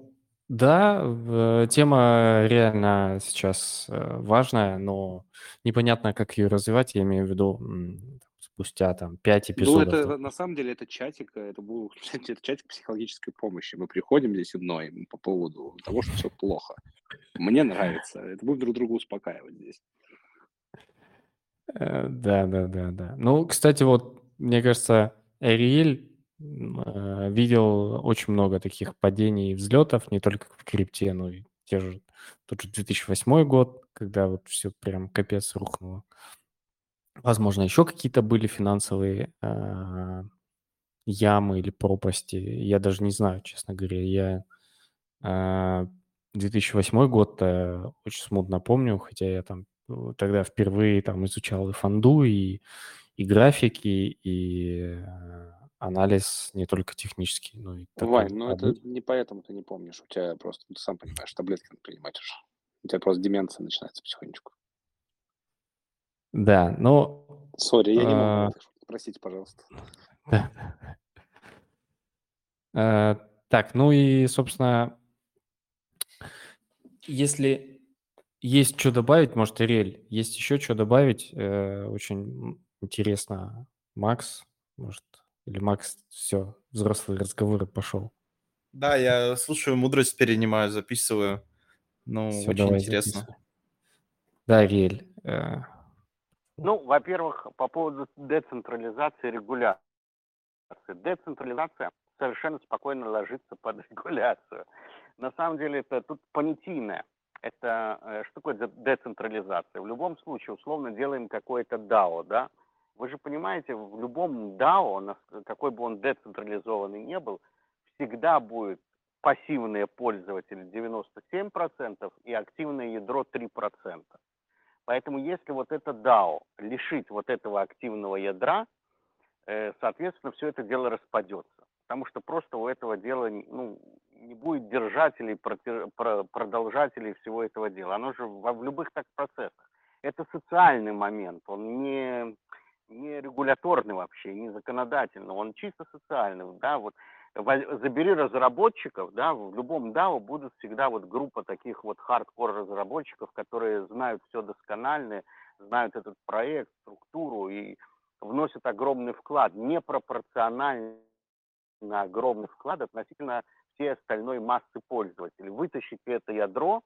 да, тема реально сейчас важная, но непонятно, как ее развивать. Я имею в виду спустя 5
Ну,
эпизодов.
это на самом деле это чатик, это был это чатик психологической помощи. Мы приходим здесь и ноем по поводу того, что все плохо. Мне нравится. Это будем друг друга успокаивать здесь.
Да. Ну, кстати, вот, мне кажется, Эриэль видел очень много таких падений и взлетов, не только в крипте, но и тот же 2008 год, когда вот все прям капец рухнуло. Возможно, еще какие-то были финансовые ямы или пропасти. Я даже не знаю, честно говоря. Я 2008 год очень смутно помню, хотя я там тогда впервые там изучал и фонду, и графики, и анализ не только технический, но и
Вань,
такой.
ну это не поэтому ты не помнишь. У тебя просто, ты сам понимаешь, таблетки надо принимать уже. У тебя просто деменция начинается потихонечку.
Да, но...
Сори, я не мог на
э,
это шутить. Простите, пожалуйста.
да. Так, ну и, собственно, если есть что добавить, может, Ириэль, есть еще что добавить? Очень интересно. Макс, может, или Макс, все, взрослые разговоры пошел.
Да, я слушаю, мудрость перенимаю, записываю. Ну,
Все,
очень
давай
интересно.
записывай. Да, Ириэль.
Ну, во-первых, по поводу децентрализации и регуляции. Децентрализация совершенно спокойно ложится под регуляцию. На самом деле это тут понятийное. Это что такое децентрализация? В любом случае, условно, делаем какое-то DAO, да? Вы же понимаете, в любом DAO, какой бы он децентрализованный не был, всегда будет пассивные пользователи 97% и активное ядро 3%. Поэтому если вот это DAO лишить вот этого активного ядра, соответственно, все это дело распадется. Потому что просто у этого дела не будет держателей, продолжателей всего этого дела. Оно же в любых так процессах. Это социальный момент, он не регуляторный вообще, не законодательный, он чисто социальный. Да, вот забери разработчиков, да, в любом DAO будут всегда вот группа таких вот хардкор разработчиков, которые знают все досконально, знают этот проект, структуру и вносит огромный вклад, непропорционально огромный вклад относительно всей остальной массы пользователей. Вытащите это ядро,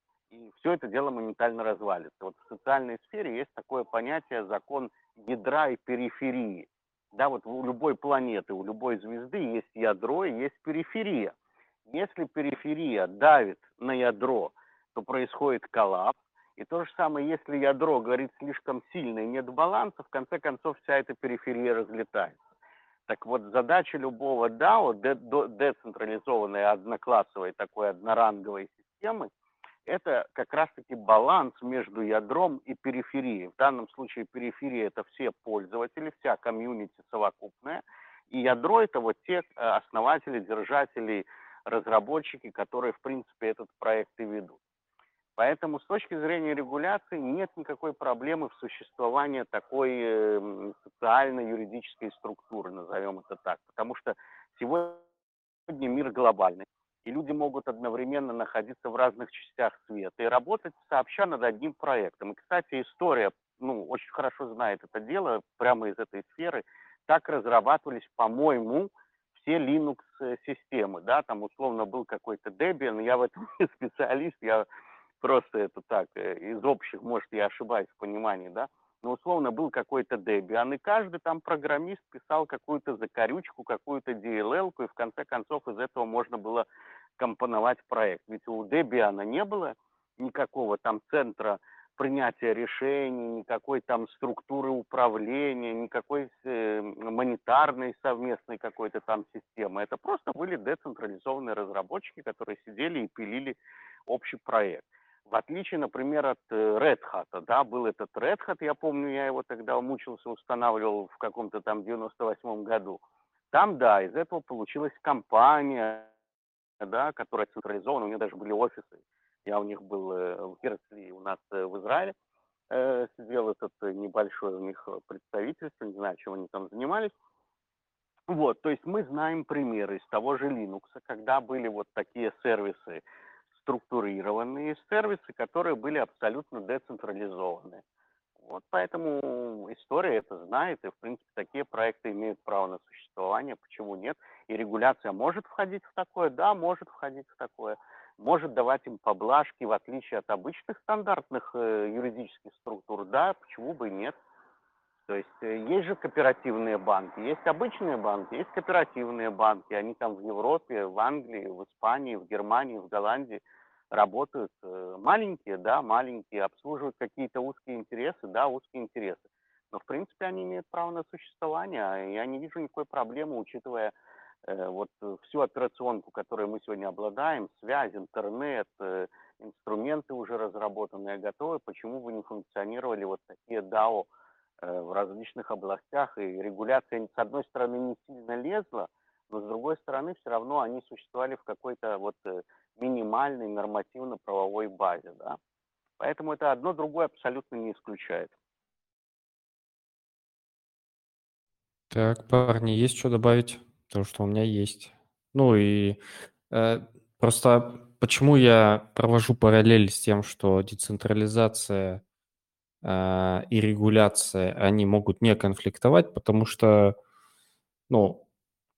и все это дело моментально развалится. Вот в социальной сфере есть такое понятие закон ядра и периферии. Да, вот у любой планеты, у любой звезды есть ядро и есть периферия. Если периферия давит на ядро, то происходит коллапс. И то же самое, если ядро горит слишком сильно и нет баланса, в конце концов вся эта периферия разлетается. Так вот, задача любого DAO, децентрализованной, одноклассовой, такой одноранговой системы, это как раз-таки баланс между ядром и периферией. В данном случае периферия – это все пользователи, вся комьюнити совокупная, и ядро – это вот те основатели, держатели, разработчики, которые, в принципе, этот проект и ведут. Поэтому с точки зрения регуляции нет никакой проблемы в существовании такой социально-юридической структуры, назовем это так. Потому что сегодня мир глобальный, и люди могут одновременно находиться в разных частях света и работать сообща над одним проектом. И, кстати, история, очень хорошо знает это дело, прямо из этой сферы. Так разрабатывались, по-моему, все Linux-системы, да, там условно был какой-то Debian, я в этом не специалист, я просто это так, из общих, может, я ошибаюсь в понимании, да, но условно был какой-то Debian, и каждый там программист писал какую-то закорючку, какую-то DLL-ку, и в конце концов из этого можно было компоновать проект. Ведь у Debian не было никакого там центра принятия решений, никакой там структуры управления, никакой монетарной совместной какой-то там системы. Это просто были децентрализованные разработчики, которые сидели и пилили общий проект. В отличие, например, от Red Hat, да, был этот Red Hat, я помню, я его тогда мучился, устанавливал в каком-то там 98-м году. Там, да, из этого получилась компания, да, которая централизована, у нее даже были офисы. Я у них был в Герцли, у нас в Израиле, сидел этот небольшой у них представительство, не знаю, чем они там занимались. Вот, то есть мы знаем примеры из того же Linux, когда были вот такие сервисы, структурированные сервисы, которые были абсолютно децентрализованы. Вот поэтому история это знает, и в принципе такие проекты имеют право на существование, почему нет? И регуляция может входить в такое? Да, может входить в такое. Может давать им поблажки, в отличие от обычных стандартных юридических структур? Да, почему бы и нет? То есть есть же кооперативные банки, есть обычные банки, есть кооперативные банки. Они там в Европе, в Англии, в Испании, в Германии, в Голландии работают маленькие, да, маленькие, обслуживают какие-то узкие интересы, да, узкие интересы. Но, в принципе, они имеют право на существование. Я не вижу никакой проблемы, учитывая вот всю операционку, которой мы сегодня обладаем, связь, интернет, инструменты уже разработанные, готовы. Почему бы не функционировали вот такие DAO в различных областях, и регуляция, с одной стороны, не сильно лезла, но с другой стороны, все равно они существовали в какой-то вот минимальной нормативно-правовой базе, да. Поэтому это одно другое абсолютно не исключает.
Так, парни, есть что добавить? Потому что у меня есть. Ну и просто почему я провожу параллель с тем, что децентрализация и регуляция, они могут не конфликтовать, потому что, ну,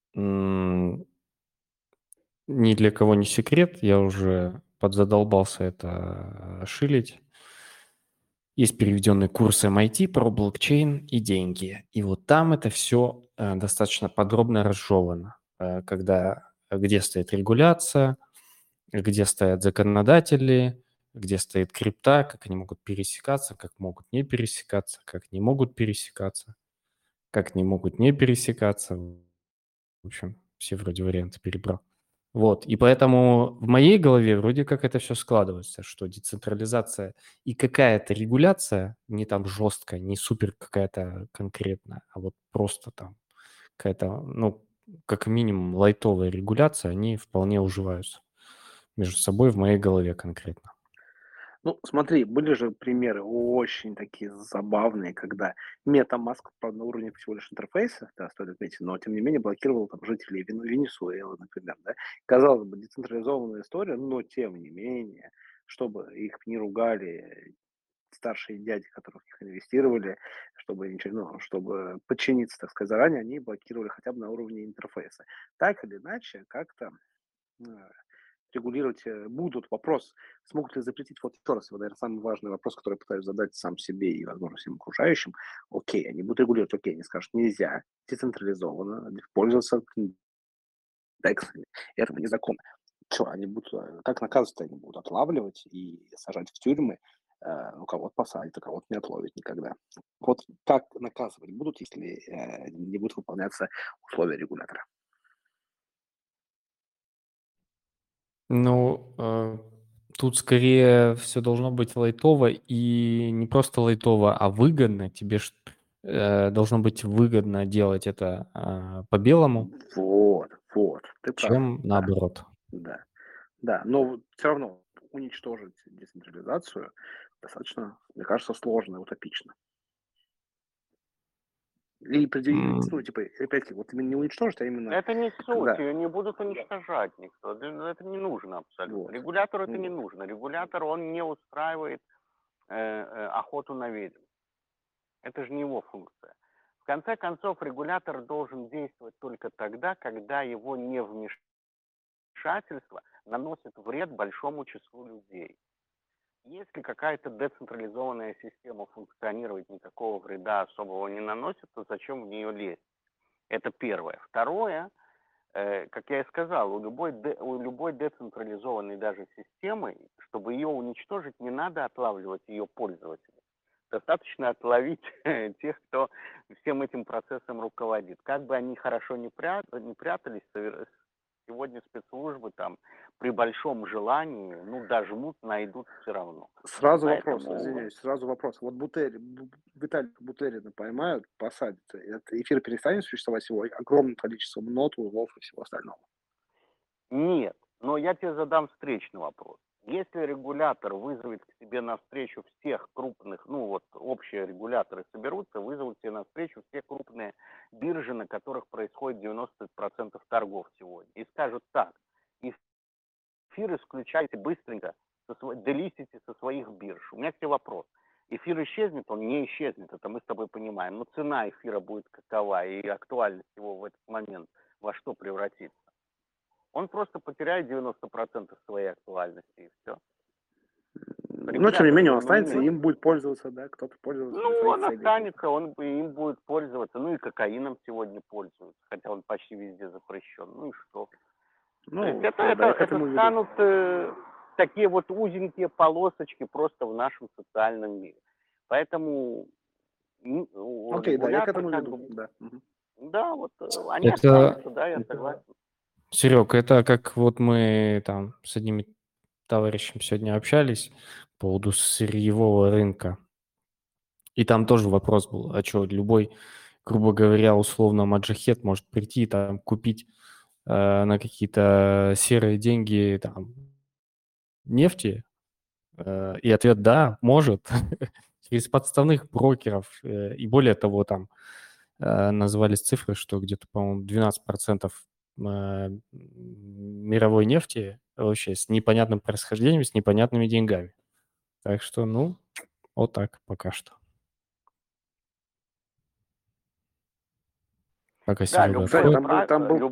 ни для кого не секрет, я уже подзадолбался это шилить. Есть переведенный курс MIT про блокчейн и деньги. И вот там это все достаточно подробно разжевано, где стоит регуляция, где стоят законодатели, где стоит крипта, как они могут пересекаться, как могут не пересекаться, как не могут пересекаться, как не могут не пересекаться. В общем, все вроде варианты перебрал. Вот, и поэтому в моей голове вроде как это все складывается, что децентрализация и какая-то регуляция, не там жесткая, не супер какая-то конкретная, а вот просто там какая-то, ну, как минимум лайтовая регуляция, они вполне уживаются между собой в моей голове конкретно.
Ну, смотри, были же примеры очень такие забавные, когда MetaMask, правда, на уровне всего лишь интерфейса, да, стоит отметить, но тем не менее блокировал там жителей Венесуэлы, например, да. Казалось бы, децентрализованная история, но тем не менее, чтобы их не ругали старшие дяди, которые в них инвестировали, чтобы, чтобы подчиниться, так сказать, заранее, они блокировали хотя бы на уровне интерфейса. Так или иначе, как-то э, регулировать будут. Вопрос, смогут ли запретить, вот еще раз, вот, наверное, самый важный вопрос, который я пытаюсь задать сам себе и, возможно, всем окружающим. Окей, они будут регулировать, окей, они скажут, нельзя децентрализованно пользоваться дексами, этого незаконно. Что, они будут, как наказывать они будут? Отлавливать и сажать в тюрьмы, у кого-то посадят, а кого-то не отловят никогда. Вот как наказывать будут, если не будут выполняться условия регулятора?
Ну, тут скорее все должно быть лайтово, и не просто лайтово, а выгодно. Тебе должно быть выгодно делать это по-белому,
Вот, ты прав,
чем
да,
наоборот.
да. Да, но все равно уничтожить децентрализацию достаточно, мне кажется, сложно и утопично. И ну, типа, опять-таки, вот именно не уничтожить, а именно
Это не суть,
когда...
ее не будут уничтожать никто. Это не нужно абсолютно.
Вот.
Регулятору это не нужно. Регулятор, он не устраивает охоту на ведьм. Это же не его функция. В конце концов, регулятор должен действовать только тогда, когда его невмешательство наносит вред большому числу людей. Если какая-то децентрализованная система функционирует, никакого вреда особого не наносит, то зачем в нее лезть? Это первое. Второе, как я и сказал, у любой децентрализованной даже системы, чтобы ее уничтожить, не надо отлавливать ее пользователей. Достаточно отловить тех, кто всем этим процессом руководит. Как бы они хорошо не прятались, сегодня спецслужбы там при большом желании, дожмут, найдут все равно.
Сразу
Поэтому...
вопрос, извиняюсь, сразу вопрос. Вот Виталика Бутерина поймают, посадят, этот эфир перестанет существовать с его огромным количеством нот, узлов и всего остального?
Нет, но я тебе задам встречный вопрос. Если регулятор вызовет к себе навстречу всех крупных, общие регуляторы соберутся, вызовут себе навстречу все крупные биржи, на которых происходит 90% торгов сегодня, и скажут так, эфир исключайте быстренько, делистите со своих бирж. У меня к тебе вопрос. Эфир исчезнет, он не исчезнет, это мы с тобой понимаем, но цена эфира будет какова, и актуальность его в этот момент во что превратится? Он просто потеряет 90% своей актуальности, и все.
Но, тем не менее, он останется, им будет пользоваться, да, кто-то пользоваться.
Он останется, им будет пользоваться, и кокаином сегодня пользуются, хотя он почти везде запрещен, и что? Это станут такие вот узенькие полосочки просто в нашем социальном мире. Поэтому
окей, да, я к этому веду, да.
Да, вот они останутся, да, я согласен.
Серег, это как вот мы там с одним товарищем сегодня общались по поводу сырьевого рынка. И там тоже вопрос был, а что, любой, грубо говоря, условно маджахет может прийти и там купить на какие-то серые деньги там нефти? И ответ да, может. Через подставных брокеров. И более того, там назывались цифры, что где-то, по-моему, 12% мировой нефти вообще с непонятным происхождением, с непонятными деньгами. Так что, вот так пока что. Пока Серега отходит.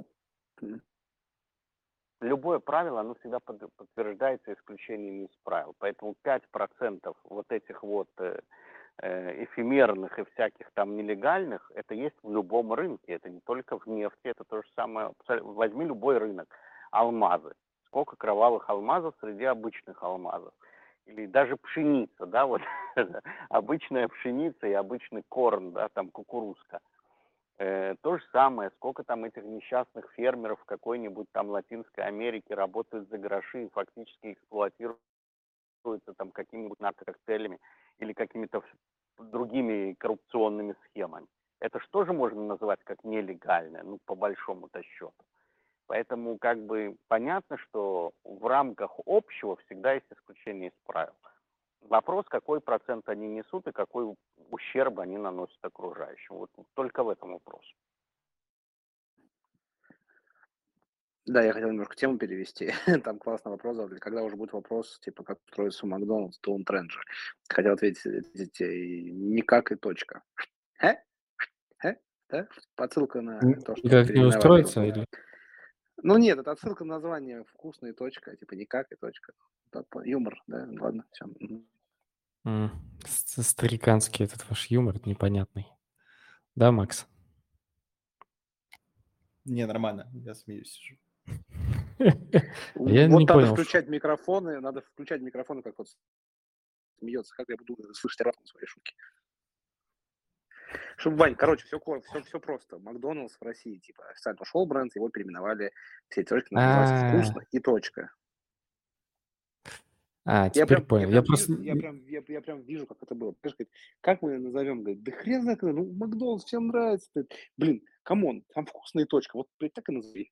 Любое правило, оно всегда подтверждается исключениями из правил. Поэтому 5% вот этих вот эфемерных и всяких там нелегальных, это есть в любом рынке. Это не только в нефти, это то же самое. Возьми любой рынок. Алмазы. Сколько кровавых алмазов среди обычных алмазов. Или даже пшеница, да, вот обычная пшеница и обычный корн, да, там кукурузка. То же самое, сколько там этих несчастных фермеров в какой-нибудь там Латинской Америке работают за гроши и фактически эксплуатируются там какими-нибудь наркококтейлями или какими-то другими коррупционными схемами. Это что же можно называть как нелегальное, по большому-то счету. Поэтому как бы понятно, что в рамках общего всегда есть исключение из правил. Вопрос, какой процент они несут и какой ущерб они наносят окружающим. Вот только в этом вопрос.
Да, я хотел немножко тему перевести. Там классный вопрос задали. Когда уже будет вопрос, типа, как устроиться в Макдональдс, то он тренд же. Хотел ответить никак и точка. Э? Да? Отсылка на то, что
Никак не
переименовали его.
устроиться или...
Ну нет, это отсылка на название «Вкусно» и точка, типа никак и точка. Юмор, да, ладно, все.
Стариканский этот ваш юмор непонятный. Да, Макс?
Не, нормально, я смеюсь сижу.
Я не
Вот
понял, что...
надо включать микрофоны, как вот смеется, как я буду слышать обратно свои шутки. Чтобы, Вань, короче, все просто. Макдональдс в России, типа, официально ушел бренд, его переименовали, все точки называются «Вкусно» и точка.
Теперь понял. Я просто...
Я прям вижу, как это было. Как мы назовем? Говорит, да хрен знает, ну, Макдональдс всем нравится. Блин, камон, там «Вкусно» и точка. Вот блядь, так и назови.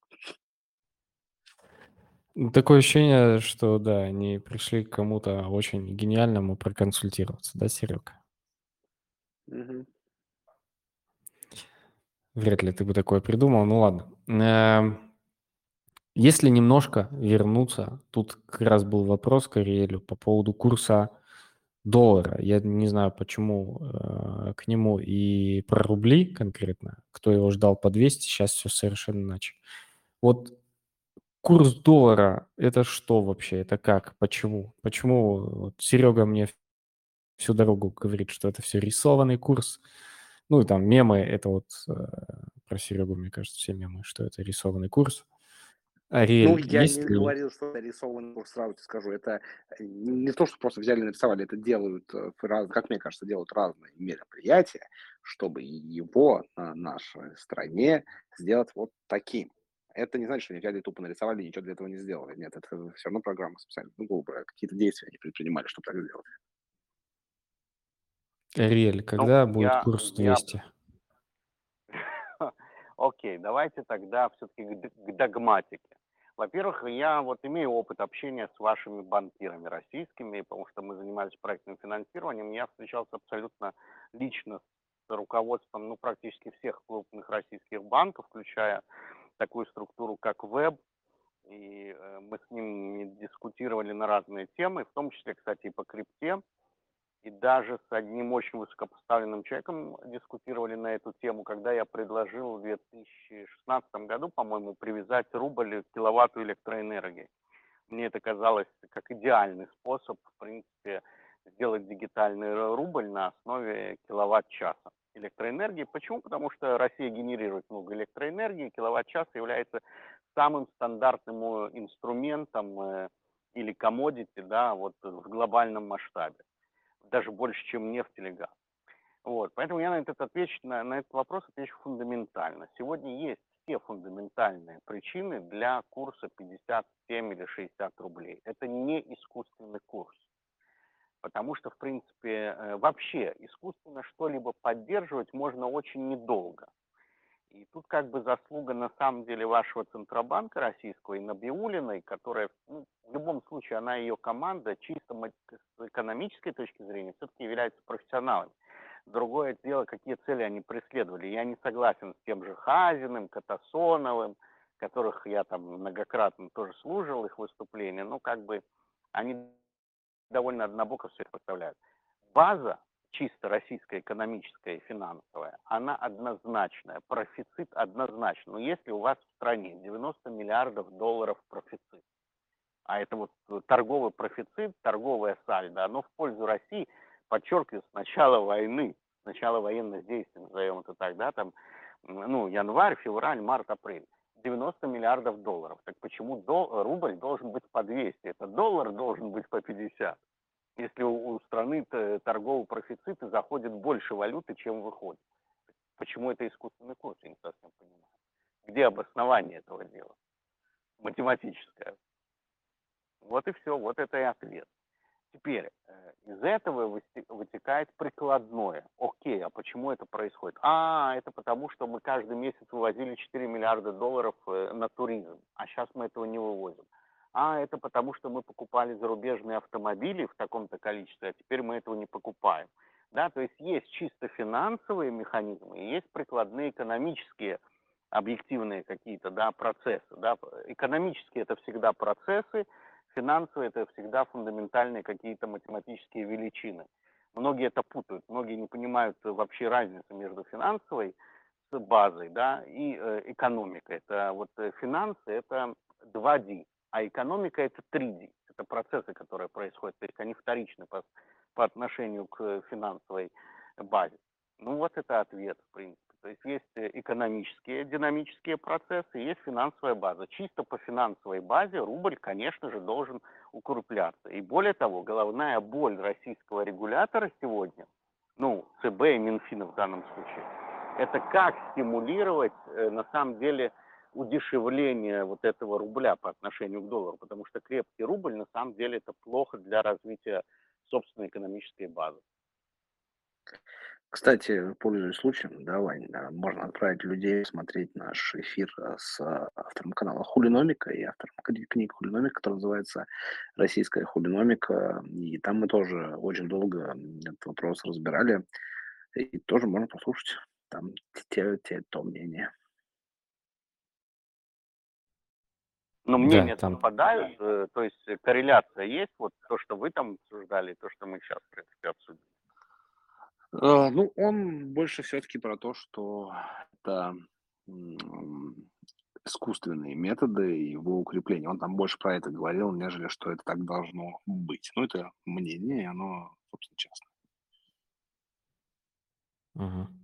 Такое ощущение, что, да, они пришли к кому-то очень гениальному проконсультироваться, да, Серега?
Мгм.
Вряд ли ты бы такое придумал. Ну ладно. Если немножко вернуться, тут как раз был вопрос к Ариэлю по поводу курса доллара. Я не знаю, почему к нему и про рубли конкретно. Кто его ждал по 200, сейчас все совершенно иначе. Вот курс доллара – это что вообще? Это как? Почему? Почему вот Серега мне всю дорогу говорит, что это все рисованный курс? Ну и там мемы – это вот про Серегу, мне кажется, все мемы, что это рисованный курс.
Ну,
Ариэль,
я не
есть ли...
говорил, что это рисованный курс, сразу тебе скажу. Это не то, что просто взяли и нарисовали, это делают, как мне кажется, делают разные мероприятия, чтобы его на нашей стране сделать вот таким. Это не значит, что они взяли и тупо нарисовали и ничего для этого не сделали. Нет, это все равно программа специально. Ну, грубо говоря, какие-то действия они предпринимали, чтобы так сделать.
Ариэль,
Ну,
когда будет курс 200?
Окей, давайте тогда все-таки к догматике. Во-первых, я вот имею опыт общения с вашими банкирами российскими, потому что мы занимались проектным финансированием. Я встречался абсолютно лично с руководством, ну, практически всех крупных российских банков, включая такую структуру, как ВЭБ. И мы с ними дискутировали на разные темы, в том числе, кстати, и по крипте. И даже с одним очень высокопоставленным человеком дискутировали на эту тему, когда я предложил в 2016 году, по-моему, привязать рубль к киловатту электроэнергии. Мне это казалось как идеальный способ, в принципе, сделать дигитальный рубль на основе киловатт-часа электроэнергии. Почему? Потому что Россия генерирует много электроэнергии, киловатт-час является самым стандартным инструментом или commodity, да, вот в глобальном масштабе, даже больше, чем нефть или газ. Вот. Поэтому я на этот вопрос отвечу фундаментально. Сегодня есть все фундаментальные причины для курса 57 или 60 рублей. Это не искусственный курс. Потому что, в принципе, вообще искусственно что-либо поддерживать можно очень недолго. И тут как бы заслуга на самом деле вашего Центробанка российского и Набиуллиной, которая, ну, в любом случае, она и ее команда чисто с экономической точки зрения все-таки являются профессионалами. Другое дело, какие цели они преследовали. Я не согласен с тем же Хазиным, Катасоновым, которых я там многократно тоже слушал, их выступления. Ну, как бы они довольно однобоко все это представляют. База чисто российская, экономическая и финансовая, она однозначная, профицит однозначно. Но если у вас в стране 90 миллиардов долларов профицит, а это вот торговый профицит, торговое сальдо, оно в пользу России, подчеркиваю, с начала войны, с начала военных действий, назовем это так, да, там, ну, январь, февраль, март, апрель. 90 миллиардов долларов. Так почему рубль должен быть по 200? Это доллар должен быть по 50. Если у страны торговый профицит и заходит больше валюты, чем выходит. Почему это искусственный курс, я не совсем понимаю. Где обоснование этого дела? Математическое. Вот и все, вот это и ответ. Теперь, из этого вытекает прикладное. Окей, а почему это происходит? Это потому, что мы каждый месяц вывозили 4 миллиарда долларов на туризм, а сейчас мы этого не вывозим. Это потому, что мы покупали зарубежные автомобили в таком-то количестве, а теперь мы этого не покупаем. Да, то есть есть чисто финансовые механизмы, и есть прикладные экономические объективные какие-то, да, процессы, да. Экономические это всегда процессы, финансовые это всегда фундаментальные какие-то математические величины. Многие это путают, многие не понимают вообще разницу между финансовой с базой, да, и экономикой. Это вот финансы это 2D, а экономика это 3D. Это процессы, которые происходят, то есть они вторичны по отношению к финансовой базе. Ну вот это ответ, в принципе. То есть есть экономические, динамические процессы, есть финансовая база. Чисто по финансовой базе рубль, конечно же, должен укрепляться. И более того, головная боль российского регулятора сегодня, ну, ЦБ и Минфина в данном случае, это как стимулировать, на самом деле, удешевление вот этого рубля по отношению к доллару, потому что крепкий рубль, на самом деле, это плохо для развития собственной экономической базы.
Кстати, пользуясь случаем, да, Вань, можно отправить людей смотреть наш эфир с автором канала Хулиномика и автором книги Хулиномика, которая называется «Российская хулиномика». И там мы тоже очень долго этот вопрос разбирали. И тоже можно послушать. Там то мнение.
Но
Да,
мнения
там
совпадают, то есть корреляция есть, вот то, что вы там обсуждали, и то, что мы сейчас, в принципе, обсудили.
Ну, он больше все-таки про то, что это искусственные методы его укрепления. Он там больше про это говорил, нежели что это так должно быть. Ну, это мнение, и оно, собственно, частное.
Мгм.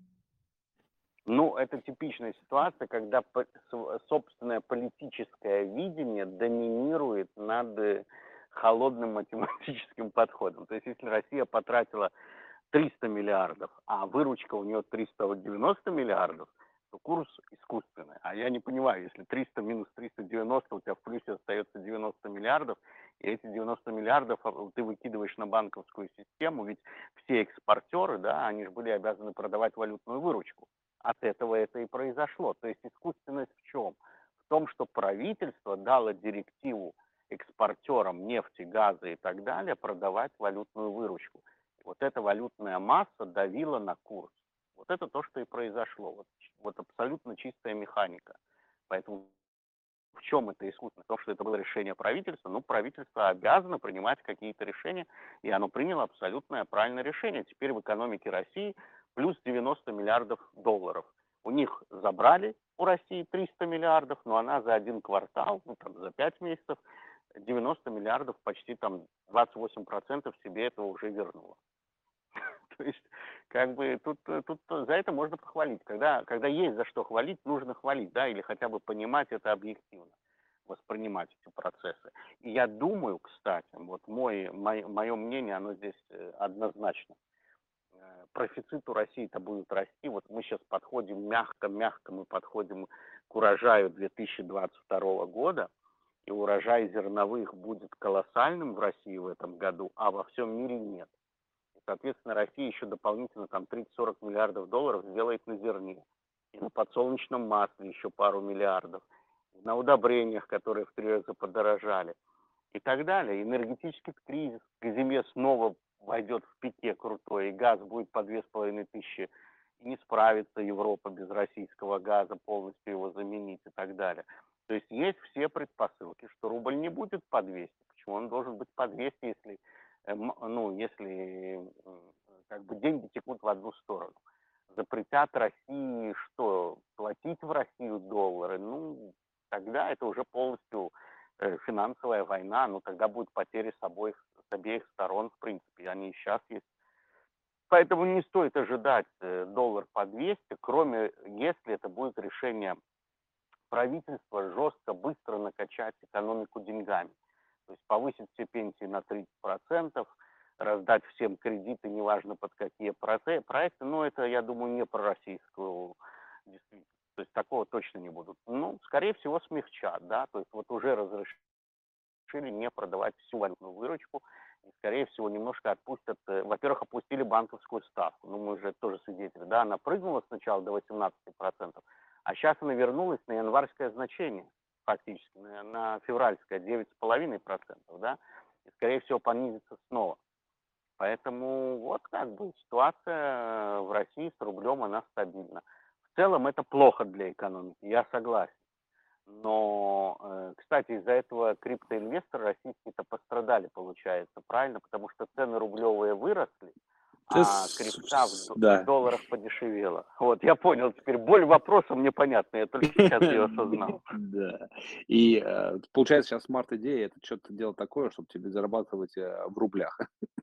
Ну, это типичная ситуация, когда собственное политическое видение доминирует над холодным математическим подходом. То есть, если Россия потратила 300 миллиардов, а выручка у нее 390 миллиардов, то курс искусственный. А я не понимаю, если 300 минус 390, у тебя в плюсе остается 90 миллиардов, и эти 90 миллиардов ты выкидываешь на банковскую систему, ведь все экспортеры, да, они же были обязаны продавать валютную выручку. От этого это и произошло. То есть искусственность в чем? В том, что правительство дало директиву экспортерам нефти, газа и так далее продавать валютную выручку. Вот эта валютная масса давила на курс. Вот это то, что и произошло. Вот абсолютно чистая механика. Поэтому в чем это искусственно? В том, что это было решение правительства. Ну, правительство обязано принимать какие-то решения, и оно приняло абсолютно правильное решение. Теперь в экономике России плюс 90 миллиардов долларов. У них забрали у России 300 миллиардов, но она за один квартал, ну, там, за 5 месяцев, 90 миллиардов, почти там 28% себе этого уже вернула. То есть, как бы, тут за это можно похвалить. Когда есть за что хвалить, нужно хвалить, да, или хотя бы понимать это объективно, воспринимать эти процессы. И я думаю, кстати, вот мое мнение, оно здесь однозначно. Профицит у России-то будет расти. Вот мы сейчас подходим мягко мы подходим к урожаю 2022 года, и урожай зерновых будет колоссальным в России в этом году, а во всем мире нет. Соответственно, Россия еще дополнительно там 30-40 миллиардов долларов сделает на зерне. И на подсолнечном масле еще пару миллиардов. И на удобрениях, которые в 3 раза подорожали. И так далее. Энергетический кризис к зиме снова войдет в пике крутой. И газ будет по 2500. И не справится Европа без российского газа, полностью его заменить и так далее. То есть все предпосылки, что рубль не будет по 200. Почему он должен быть по 200, если как бы деньги текут в одну сторону? Запретят России что? Платить в Россию доллары? Ну, тогда это уже полностью финансовая война, но тогда будут потери с обеих сторон, в принципе, они и сейчас есть. Поэтому не стоит ожидать доллар по 200, кроме если это будет решение правительства жестко, быстро накачать экономику деньгами. То есть повысить все пенсии на 30%, раздать всем кредиты, неважно под какие проекты. Но это, я думаю, не про российскую действительность. То есть такого точно не будут. Ну, скорее всего, смягчат, да. То есть вот уже разрешили не продавать всю валютную выручку. И, скорее всего, немножко отпустят. Во-первых, опустили банковскую ставку. Ну, мы уже тоже свидетели, да. Она прыгнула сначала до 18%, а сейчас она вернулась на январское значение. Фактически, на февральское 9,5%, да, и, скорее всего, понизится снова. Поэтому вот как бы ситуация в России с рублем, она стабильна. В целом это плохо для экономики, я согласен. Но, кстати, из-за этого криптоинвесторы российские-то пострадали, получается, правильно? Потому что цены рублевые выросли, а крипта в
Да.
долларах подешевела. Вот, я понял теперь. Боль вопроса мне понятна, я только сейчас ее осознал.
Да. И получается, сейчас смарт-идея это что-то делать такое, чтобы тебе зарабатывать в рублях.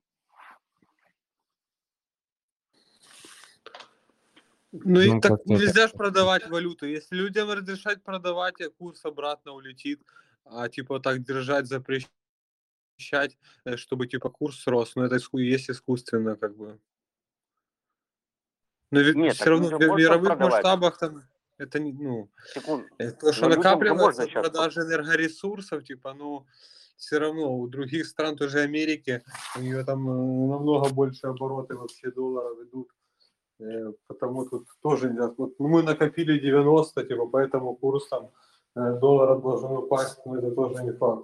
Ну и
Ну,
так
как-то это...
нельзя же продавать валюту. Если людям разрешать продавать, курс обратно улетит. А типа так держать, запрещать, чтобы типа курс рос. Но это есть искусственно как бы. Но ведь
Нет,
все
так
равно в
людям можно
мировых
продавать.
масштабах там это не, ну,
Секунду.
то, что
Но людям же можно
накапливается
сейчас...
продажи энергоресурсов, типа, ну, все равно у других стран, тоже Америки, у нее там намного больше обороты вообще долларов идут. Потому тут тоже нельзя. Вот мы накопили 90, типа, поэтому курс там доллара должен упасть, но это тоже не факт.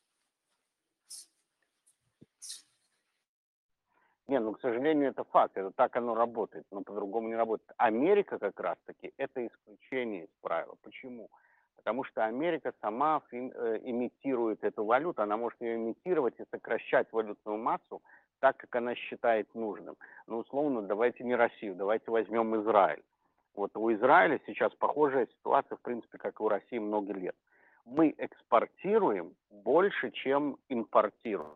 Не, ну, к сожалению, это факт, это так оно работает, но по-другому не работает. Америка как раз-таки это исключение из правила. Почему? Потому что Америка сама имитирует эту валюту, она может ее имитировать и сокращать валютную массу так, как она считает нужным. Ну, условно, давайте не Россию, давайте возьмем Израиль. Вот у Израиля сейчас похожая ситуация, в принципе, как и у России много лет. Мы экспортируем больше, чем импортируем.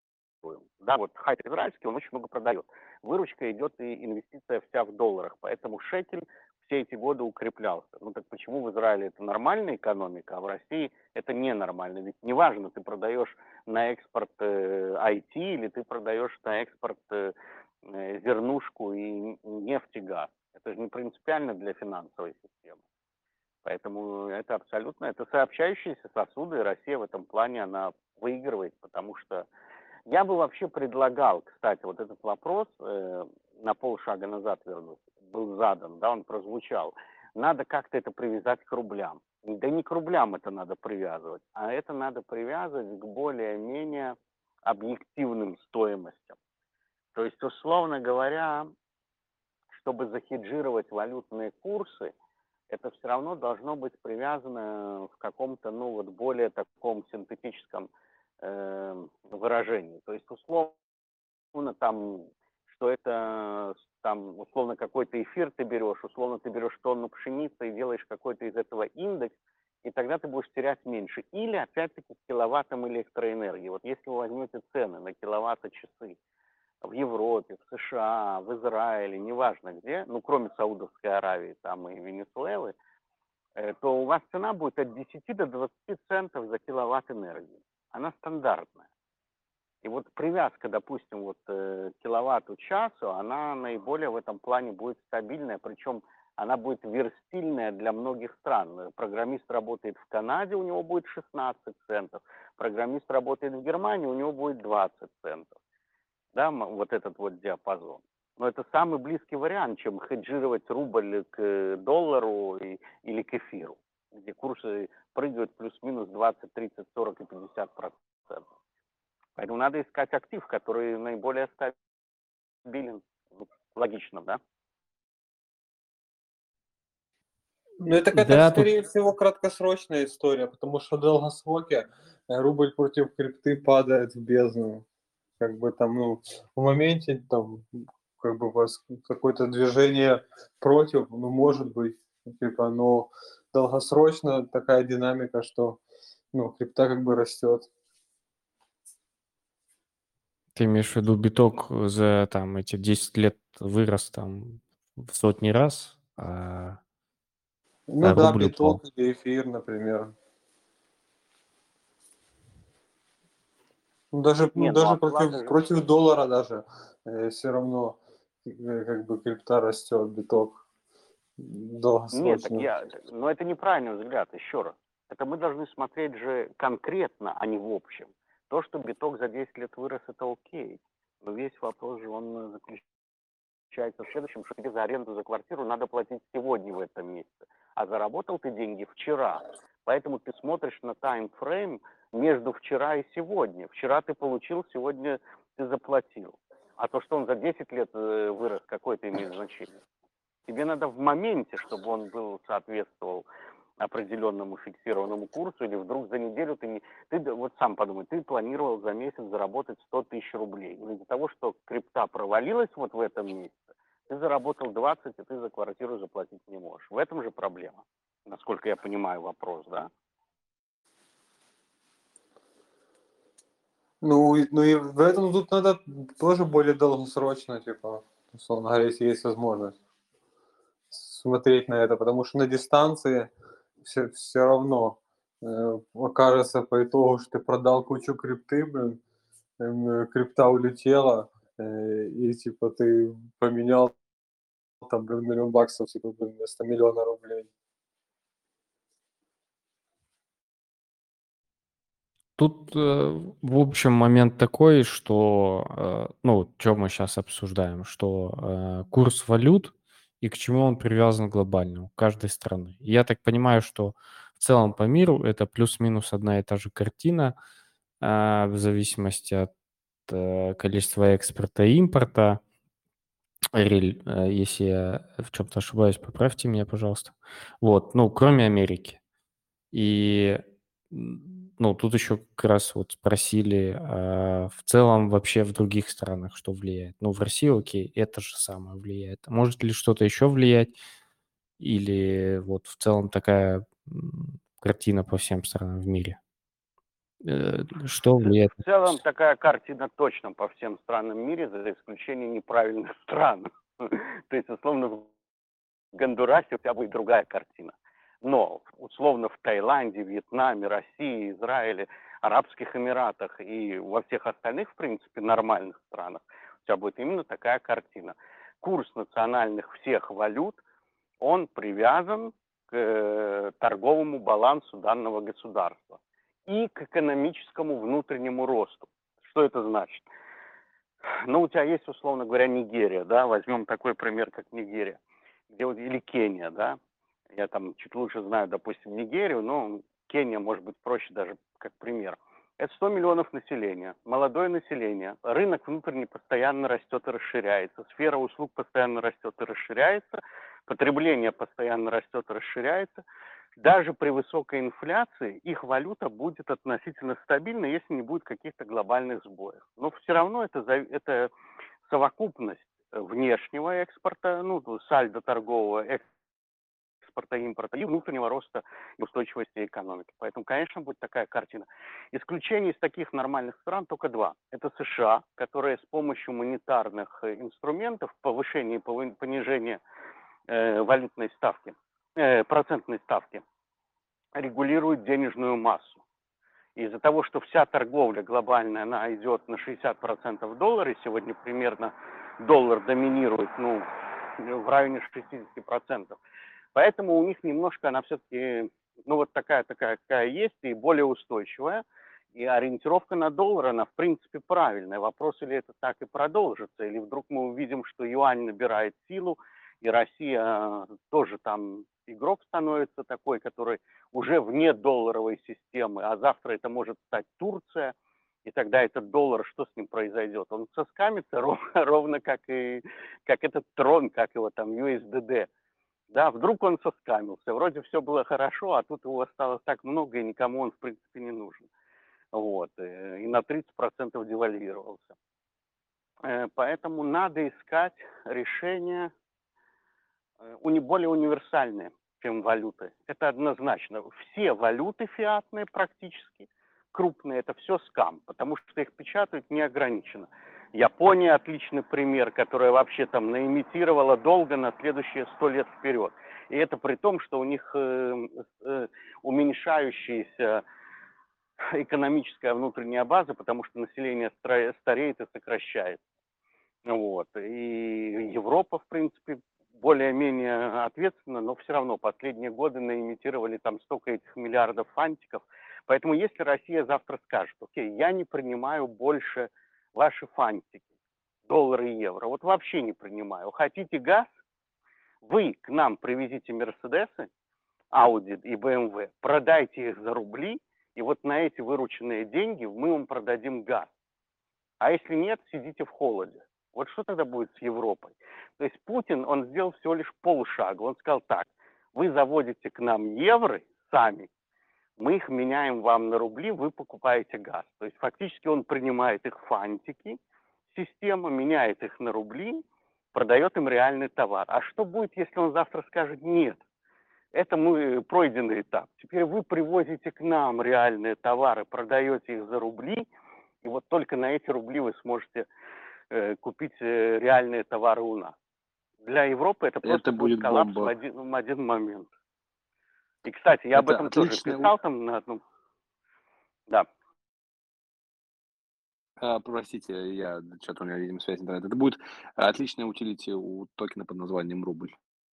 Да, вот хайп израильский, он очень много продает. Выручка идет и инвестиция вся в долларах, поэтому шекель все эти годы укреплялся. Ну так почему в Израиле это нормальная экономика, а в России это ненормально? Ведь неважно, ты продаешь на экспорт IT или ты продаешь на экспорт зернушку и нефть и газ. Это же не принципиально для финансовой системы. Поэтому это абсолютно, это сообщающиеся сосуды, и Россия в этом плане, она выигрывает, потому что я бы вообще предлагал, кстати, вот этот вопрос на полшага назад вернусь, был задан, да, он прозвучал. Надо как-то это привязать к рублям. Да не к рублям это надо привязывать, а это надо привязывать к более-менее объективным стоимостям. То есть, условно говоря, чтобы захеджировать валютные курсы, это все равно должно быть привязано в каком-то, ну, вот более таком синтетическом выражении. То есть, условно, там, что это, там, условно, какой-то эфир ты берешь, условно, ты берешь тонну пшеницы и делаешь какой-то из этого индекс, и тогда ты будешь терять меньше. Или, опять-таки, с киловаттом электроэнергии. Вот если вы возьмете цены на киловатт-часы в Европе, в США, в Израиле, неважно где, ну, кроме Саудовской Аравии, там и Венесуэлы, то у вас цена будет от 10 до 20 центов за киловатт энергии. Она стандартная. И вот привязка, допустим, вот к киловатту-часу, она наиболее в этом плане будет стабильная, причем она будет верстильная для многих стран. Программист работает в Канаде, у него будет 16 центов. Программист работает в Германии, у него будет 20 центов. Да, вот этот вот диапазон. Но это самый близкий вариант, чем хеджировать рубль к доллару или к эфиру, где курсы прыгают плюс-минус 20, 30, 40 и 50%. Поэтому надо искать актив, который наиболее стабилен. Логично, да?
Ну это какая-то,
Да, тут
скорее всего, краткосрочная история, потому что в долгосроке рубль против крипты падает в бездну. Как бы там, ну, в моменте там, как бы у вас какое-то движение против, ну, может быть, типа, но долгосрочно такая динамика, что, ну, крипта как бы растет.
ты имеешь в виду биток за там эти 10 лет вырос там в сотни раз, а
Ну да,
рубль упал.
биток или эфир, например. Ну, даже,
Не,
ну,
ну
даже
оклады же...
против доллара даже все равно как бы крипта растет, биток
Нет, так
долгосрочно.
но это неправильный взгляд, еще раз. Это мы должны смотреть же конкретно, а не в общем. То, что биток за 10 лет вырос, это окей. Но весь вопрос же, он заключается в следующем, что тебе за аренду за квартиру надо платить сегодня в этом месяце. А заработал ты деньги вчера. Поэтому ты смотришь на таймфрейм между вчера и сегодня. Вчера ты получил, сегодня ты заплатил. А то, что он за 10 лет вырос, какое это имеет значение? Тебе надо в моменте, чтобы он соответствовал определенному фиксированному курсу, или вдруг за неделю вот сам подумай, ты планировал за месяц заработать 100 тысяч рублей. Но из-за того, что крипта провалилась вот в этом месяце, ты заработал 20, и ты за квартиру заплатить не можешь. В этом же проблема, насколько я понимаю вопрос, да?
Ну и в этом тут надо тоже более долгосрочно, типа, условно говоря, если есть возможность смотреть на это, потому что на дистанции все равно окажется по итогу, что ты продал кучу крипты, блин, крипта улетела, и типа ты поменял там, блин, $1 000 000, типа, блин, вместо миллиона рублей.
Тут, в общем, момент такой, что, ну, что мы сейчас обсуждаем, что курс валют и к чему он привязан глобально у каждой страны. Я так понимаю, что в целом по миру это плюс-минус одна и та же картина, в зависимости от количества экспорта и импорта. Риль, если я в чем-то ошибаюсь, поправьте меня, пожалуйста. Вот, ну, кроме Америки. И, ну, тут еще как раз вот спросили, в целом вообще в других странах что влияет. Ну, в России, окей, это же самое влияет. Может ли что-то еще влиять? Или вот в целом такая картина по всем странам в мире? Что влияет?
В целом такая картина точно по всем странам в мире, за исключением неправильных стран. То есть, условно, в Гондурасе у тебя будет другая картина. Но, условно, в Таиланде, Вьетнаме, России, Израиле, Арабских Эмиратах и во всех остальных, в принципе, нормальных странах у тебя будет именно такая картина. Курс национальных всех валют, он привязан к торговому балансу данного государства и к экономическому внутреннему росту. Что это значит? Ну, у тебя есть, условно говоря, Нигерия, да, возьмем такой пример, как Нигерия, где вот, или Кения, да, я там чуть лучше знаю, допустим, Нигерию, но Кения может быть проще даже как пример. Это 100 миллионов населения, молодое население, рынок внутренний постоянно растет и расширяется, сфера услуг постоянно растет и расширяется, потребление постоянно растет и расширяется. Даже при высокой инфляции их валюта будет относительно стабильна, если не будет каких-то глобальных сбоев. Но все равно это совокупность внешнего экспорта, ну, сальдо торгового экспорта и импорта и внутреннего роста и устойчивости экономики. Поэтому, конечно, будет такая картина. Исключений из таких нормальных стран только два. Это США, которые с помощью монетарных инструментов, повышения и понижения валютной ставки, процентной ставки, регулируют денежную массу. Из-за того, что вся торговля глобальная, она идет на 60% в долларе, сегодня примерно доллар доминирует, ну, в районе 60%. Поэтому у них немножко она все-таки, ну, вот такая, какая есть, и более устойчивая. И ориентировка на доллар, она, в принципе, правильная. Вопрос, или это так и продолжится, или вдруг мы увидим, что юань набирает силу, и Россия тоже там игрок становится такой, который уже вне долларовой системы, а завтра это может стать Турция, и тогда этот доллар, что с ним произойдет? Он соскамится ровно как этот трон, как его там USDD. Да, вдруг он соскамился, вроде все было хорошо, а тут его осталось так много, и никому он, в принципе, не нужен. Вот, и на 30% девальвировался. Поэтому надо искать решения более универсальные, чем валюты. Это однозначно. Все валюты фиатные практически, крупные, это все скам, потому что их печатают неограниченно. Япония отличный пример, которая вообще там наимитировала долго на следующие 100 лет вперед. И это при том, что у них уменьшающаяся экономическая внутренняя база, потому что население стареет и сокращается. Вот. И Европа, в принципе, более-менее ответственно, но все равно последние годы наимитировали там столько этих миллиардов фантиков. Поэтому если Россия завтра скажет, окей, я не принимаю больше ваши фантики, доллары и евро, вот вообще не принимаю. Хотите газ? Вы к нам привезите Мерседесы, Ауди и БМВ, продайте их за рубли, и вот на эти вырученные деньги мы вам продадим газ. А если нет, сидите в холоде. Вот что тогда будет с Европой? То есть Путин, он сделал всего лишь полшага. Он сказал так, вы заводите к нам евро сами, мы их меняем вам на рубли, вы покупаете газ. То есть фактически он принимает их фантики, система меняет их на рубли, продает им реальный товар. А что будет, если он завтра скажет нет? Это мы пройденный этап. Теперь вы привозите к нам реальные товары, продаете их за рубли, и вот только на эти рубли вы сможете купить реальные товары у нас. Для Европы это просто будет коллапс в один момент. И, кстати, я об этом тоже писал там на одном... Да.
Простите, что-то у меня, видимо, связь интернета. Это будет отличная утилити у токена под названием рубль.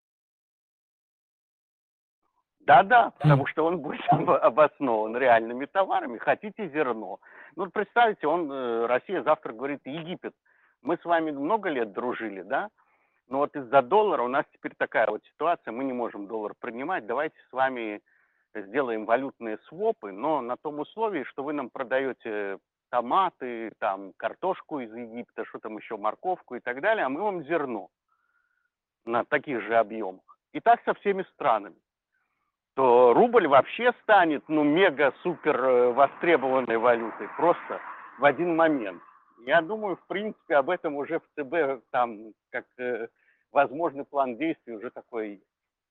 Да, потому что он будет обоснован реальными товарами. Хотите зерно. Ну, представьте, Россия завтра говорит, Египет, мы с вами много лет дружили, да? Но вот из-за доллара у нас теперь такая вот ситуация, мы не можем доллар принимать, давайте с вами сделаем валютные свопы, но на том условии, что вы нам продаете томаты, там, картошку из Египта, что там еще, морковку и так далее, а мы вам зерно на таких же объемах. И так со всеми странами. То рубль вообще станет, мега-супер востребованной валютой просто в один момент. Я думаю, в принципе, об этом уже в ЦБ, там, как возможный план действий уже такое есть.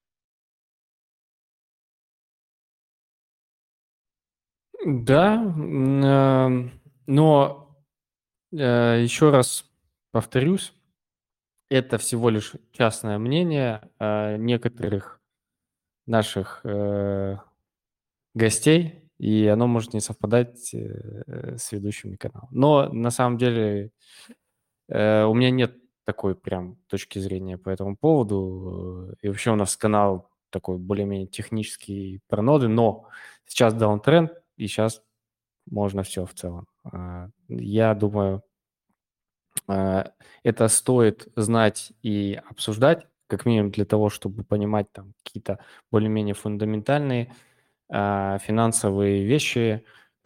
Да, но еще раз повторюсь, это всего лишь частное мнение некоторых наших гостей, и оно может не совпадать с ведущими канала. Но на самом деле у меня нет такой прям точки зрения по этому поводу. И вообще у нас канал такой более-менее технический про ноды, но сейчас даунтренд, и сейчас можно все в целом. Я думаю, это стоит знать и обсуждать, как минимум для того, чтобы понимать там какие-то более-менее фундаментальные финансовые вещи,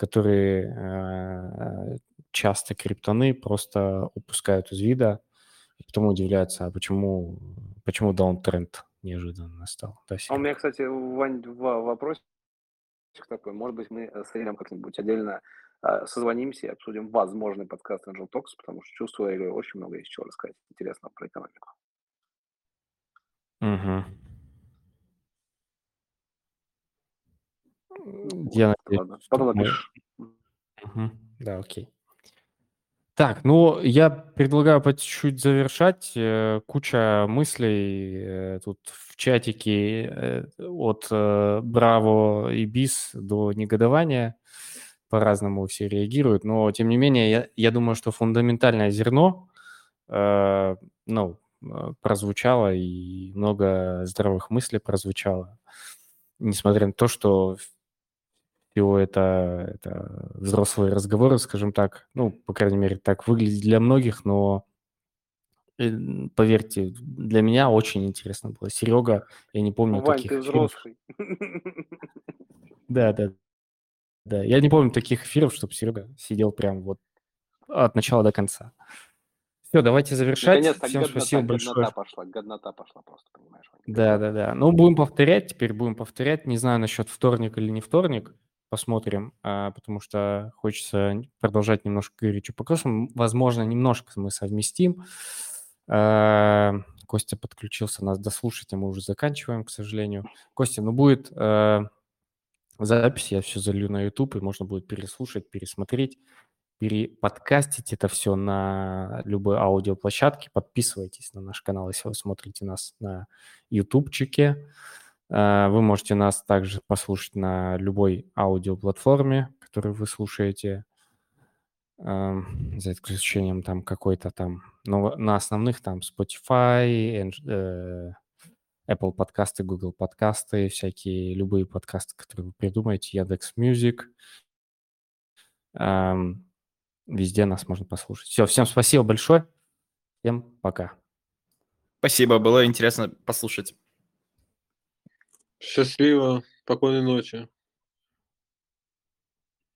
которые часто криптоны просто упускают из вида, и потом удивляются, а почему даунтренд неожиданно настал. Да,
А у меня, кстати, Вань, вопрос такой. Может быть, мы с Ильем как-нибудь отдельно созвонимся и обсудим возможный подкаст Angel Talks, потому что чувствую, очень много есть чего рассказать интересного про экономику.
Угу. Я надеюсь,
ладно, потом напишешь.
Угу. Да, окей. Так, я предлагаю по чуть-чуть завершать. Куча мыслей тут в чатике от Браво и Бис до негодования. По-разному все реагируют. Но, тем не менее, я думаю, что фундаментальное зерно прозвучало, и много здравых мыслей прозвучало. Несмотря на то, что всего это взрослые разговоры, скажем так. По крайней мере, так выглядит для многих, но поверьте, для меня очень интересно было. Серега, я не помню
Вань,
таких
ты
эфиров.
взрослый.
Да. Я не помню таких эфиров, чтобы Серега сидел прям вот от начала до конца. Все, давайте завершать.
Наконец-то
Всем спасибо большое.
Годнота пошла просто, понимаешь, Вань.
Да. Будем повторять, Не знаю насчет вторник или не вторник. Посмотрим, потому что хочется продолжать немножко говорить по вопросам. Возможно, немножко мы совместим. Костя подключился нас дослушать, а мы уже заканчиваем, к сожалению. Костя, будет запись, я все залью на YouTube, и можно будет переслушать, пересмотреть, переподкастить это все на любой аудиоплощадке. Подписывайтесь на наш канал, если вы смотрите нас на ютубчике. Вы можете нас также послушать на любой аудиоплатформе, которую вы слушаете, за исключением там какой-то там, но на основных там Spotify, Apple подкасты, Google подкасты, всякие любые подкасты, которые вы придумаете, Яндекс.Мьюзик. Везде нас можно послушать. Все, всем спасибо большое. Всем пока.
Спасибо, было интересно послушать.
Счастливо, спокойной ночи.